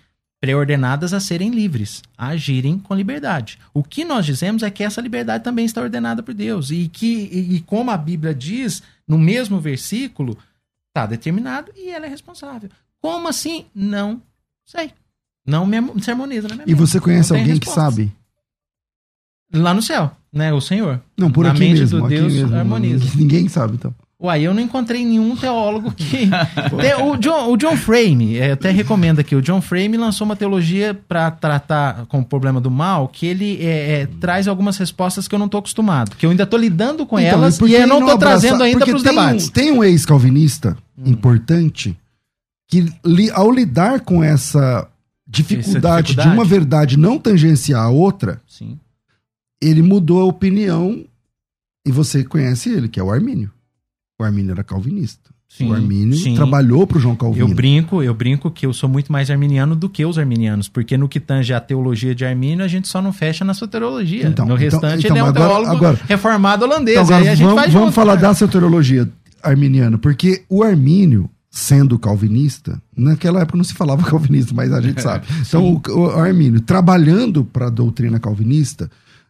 pré-ordenadas a serem livres, a agirem com liberdade. O que nós dizemos é que essa liberdade também está ordenada por Deus. E como a Bíblia diz, no mesmo versículo, está determinado e ela é responsável. Como assim? Não sei. Não se harmoniza na minha mente. E você conhece alguém que sabe? Lá no céu, né? O Senhor. Não, por na aqui mente mesmo. do Aqui Deus mesmo. harmoniza. Ninguém sabe, então. Uai, eu não encontrei nenhum teólogo que... o John Frame, eu até recomendo aqui, o John Frame lançou uma teologia para tratar com o problema do mal, que ele traz algumas respostas que eu não estou acostumado, que eu ainda estou lidando com elas e eu não estou trazendo ainda para os debates. Tem um ex-calvinista importante que, ao lidar com essa dificuldade de uma verdade não tangenciar a outra, sim, ele mudou a opinião, e você conhece ele, que é o Armínio. O Armínio era calvinista. Sim, o Armínio trabalhou para o João Calvino. Eu brinco que eu sou muito mais arminiano do que os arminianos, porque no que tange a teologia de Armínio, a gente só não fecha na soteriologia. No restante, ele é um teólogo reformado holandês. Então, agora, aí a gente faz vamos falar da soteriologia arminiana, porque o Armínio, sendo calvinista, naquela época não se falava calvinista, mas a gente sabe. Então, o Armínio, trabalhando para a doutrina calvinista,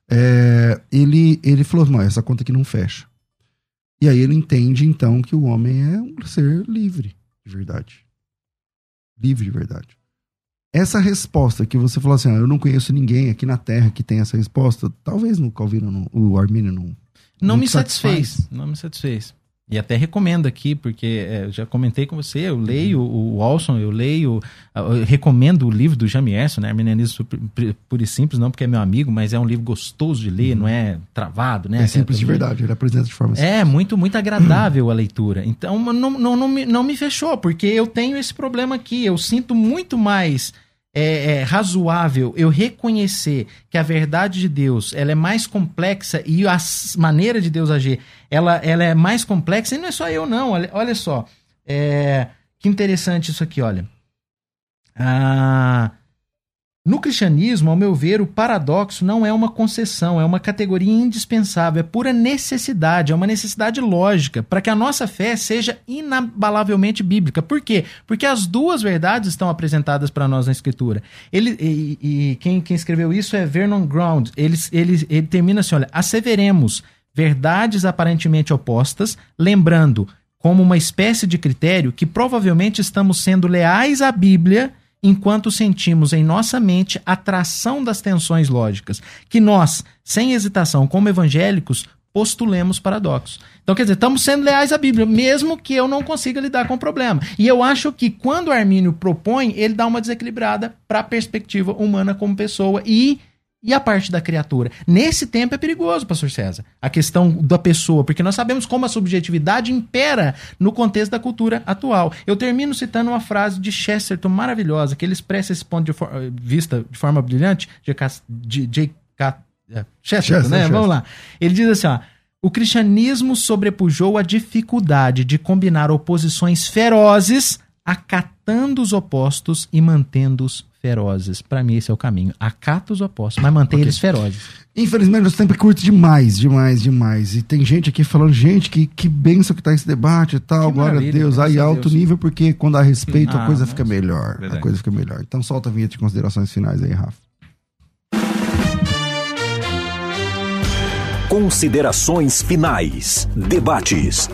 ele falou, não, essa conta aqui não fecha. E aí ele entende, então, que o homem é um ser livre de verdade. Livre de verdade. Essa resposta que você falou assim, eu não conheço ninguém aqui na Terra que tem essa resposta, talvez no Calvino, o Armínio não me satisfez. Não me satisfez. E até recomendo aqui, porque eu já comentei com você, eu leio o Walson, eu recomendo o livro do Jamie Erso, né? Arminianismo Puro e Simples, não porque é meu amigo, mas é um livro gostoso de ler, não é travado, né? É simples de verdade, ele apresenta de forma simples. É, muito, muito agradável a leitura. Então, não me fechou, porque eu tenho esse problema aqui, eu sinto muito mais... razoável eu reconhecer que a verdade de Deus ela é mais complexa e a maneira de Deus agir ela é mais complexa, e não é só eu não, olha só, que interessante isso aqui, olha. No cristianismo, ao meu ver, o paradoxo não é uma concessão, é uma categoria indispensável, é pura necessidade, é uma necessidade lógica, para que a nossa fé seja inabalavelmente bíblica. Por quê? Porque as duas verdades estão apresentadas para nós na Escritura. Quem escreveu isso é Vernon Ground. Ele termina assim, olha, asseveremos verdades aparentemente opostas, lembrando, como uma espécie de critério, que provavelmente estamos sendo leais à Bíblia enquanto sentimos em nossa mente a tração das tensões lógicas, que nós, sem hesitação, como evangélicos, postulemos paradoxos. Então, quer dizer, estamos sendo leais à Bíblia, mesmo que eu não consiga lidar com o problema. E eu acho que quando o Armínio propõe, ele dá uma desequilibrada para a perspectiva humana como pessoa e a parte da criatura. Nesse tempo é perigoso, pastor César, a questão da pessoa, porque nós sabemos como a subjetividade impera no contexto da cultura atual. Eu termino citando uma frase de Chesterton maravilhosa, que ele expressa esse ponto de vista de forma brilhante, Chesterton, né? Vamos lá. Ele diz assim, ó, o cristianismo sobrepujou a dificuldade de combinar oposições ferozes, acatando os opostos e mantendo-os ferozes. Para mim, esse é o caminho. Acata os opostos, mas mantém eles ferozes. Infelizmente, nosso tempo é curto demais. E tem gente aqui falando, gente, que bênção que tá esse debate e tal, glória a Deus. Aí alto nível, porque quando há respeito, a coisa fica melhor. Verdade. A coisa fica melhor. Então solta a vinheta de considerações finais aí, Rafa. Considerações finais. Debates.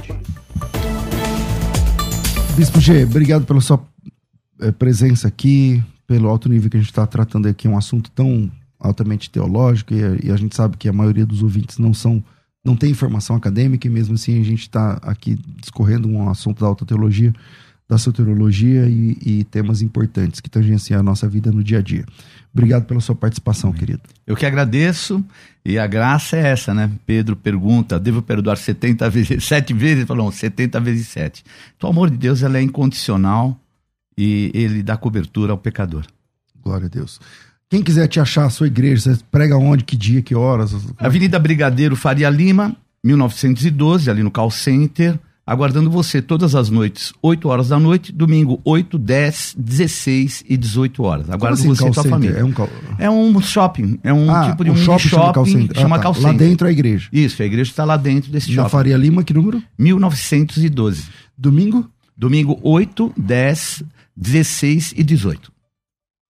Bispo G, obrigado pela sua presença aqui, pelo alto nível que a gente está tratando aqui, um assunto tão altamente teológico, e a gente sabe que a maioria dos ouvintes não tem informação acadêmica, e mesmo assim a gente está aqui discorrendo um assunto da alta teologia, da soteriologia e temas importantes que tangenciam a nossa vida no dia a dia. Obrigado pela sua participação, querido. Eu que agradeço, e a graça é essa, né? Pedro pergunta, devo perdoar 70 vezes, 7 vezes? Ele falou, 70 vezes 7. Então o amor de Deus ela é incondicional e ele dá cobertura ao pecador. Glória a Deus. Quem quiser te achar, a sua igreja, você prega onde, que dia, que horas? Avenida Brigadeiro Faria Lima, 1912, ali no Call Center, aguardando você todas as noites, 8 horas da noite, domingo 8, 10, 16 e 18 horas. Aguardo você e sua família. É um shopping, é um tipo de um shopping, chama Call Center. Lá dentro é a igreja. Isso, a igreja está lá dentro desse shopping. Na Faria Lima, que número? 1912. Domingo? Domingo 8, 10, 16 e 18.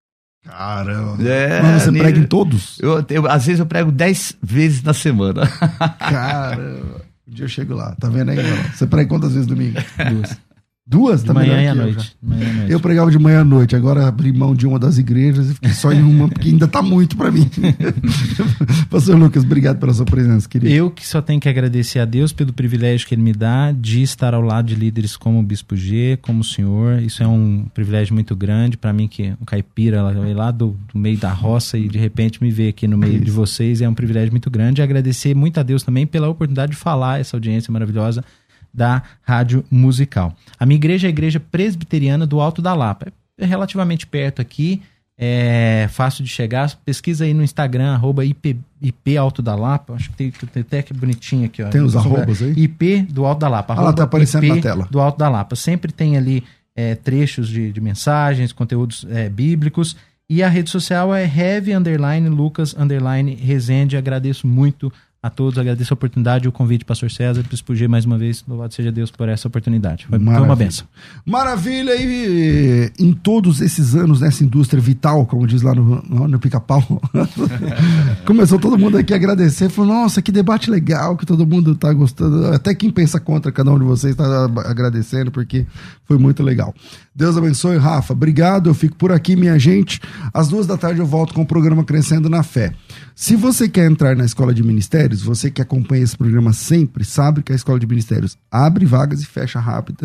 Caramba. Mas você prega em todos? Às vezes eu prego 10 vezes na semana. Caramba. Um dia eu chego lá. Tá vendo aí, mano? Você prega quantas vezes domingo? 2. Duas? De manhã e à noite. Eu pregava de manhã à noite, agora abri mão de uma das igrejas e fiquei só em uma, porque ainda tá muito pra mim. Pastor Lucas, obrigado pela sua presença, querido. Eu que só tenho que agradecer a Deus pelo privilégio que Ele me dá de estar ao lado de líderes como o Bispo G, como o senhor. Isso é um privilégio muito grande pra mim, que um caipira lá do meio da roça e de repente me ver aqui no meio de vocês é um privilégio muito grande. E agradecer muito a Deus também pela oportunidade de falar essa audiência maravilhosa da Rádio Musical. A minha igreja é a Igreja Presbiteriana do Alto da Lapa. É relativamente perto aqui, é fácil de chegar. Pesquisa aí no Instagram, @IP Alto da Lapa. Acho que tem até que bonitinho aqui. Ó. Tem os arrobas aí? IP do Alto da Lapa. Tá aparecendo IP na tela. do Alto da Lapa. Sempre tem ali trechos de mensagens, conteúdos bíblicos. E a rede social é Heavy_Lucas_Rezende. Agradeço muito a todos, agradeço a oportunidade e o convite, pastor César, para expor mais uma vez. Louvado seja Deus por essa oportunidade. Foi uma benção. Maravilha! E em todos esses anos nessa indústria vital, como diz lá no Pica-Pau, começou todo mundo aqui a agradecer. Falou, nossa, que debate legal, que todo mundo tá gostando. Até quem pensa contra cada um de vocês está agradecendo, porque foi muito legal. Deus abençoe, Rafa. Obrigado, eu fico por aqui, minha gente. Às 2h eu volto com o programa Crescendo na Fé. Se você quer entrar na Escola de Ministérios, você que acompanha esse programa sempre, sabe que a Escola de Ministérios abre vagas e fecha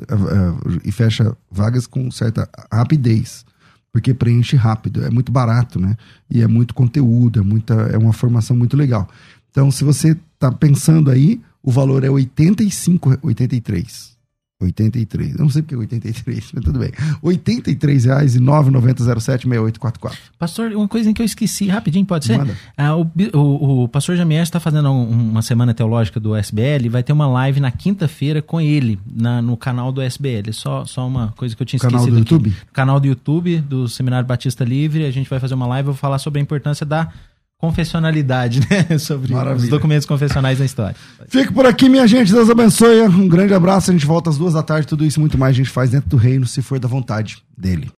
vagas com certa rapidez, porque preenche rápido, é muito barato, né? E é muito conteúdo, é uma formação muito legal. Então, se você está pensando aí, o valor é R$83. Eu não sei porque 83, mas tudo bem. R$83,0990076844. Pastor, uma coisa que eu esqueci, rapidinho, pode ser? Manda. O pastor Jamier está fazendo uma semana teológica do SBL, vai ter uma live na quinta-feira com ele, no canal do SBL. Só uma coisa que eu tinha esquecido. Canal do YouTube? No canal do YouTube, do Seminário Batista Livre, a gente vai fazer uma live, eu vou falar sobre a importância da confessionalidade, né? Sobre os documentos confessionais na história. Fico por aqui, minha gente. Deus abençoe. Um grande abraço. A gente volta às 2h, tudo isso e muito mais a gente faz dentro do reino, se for da vontade dele.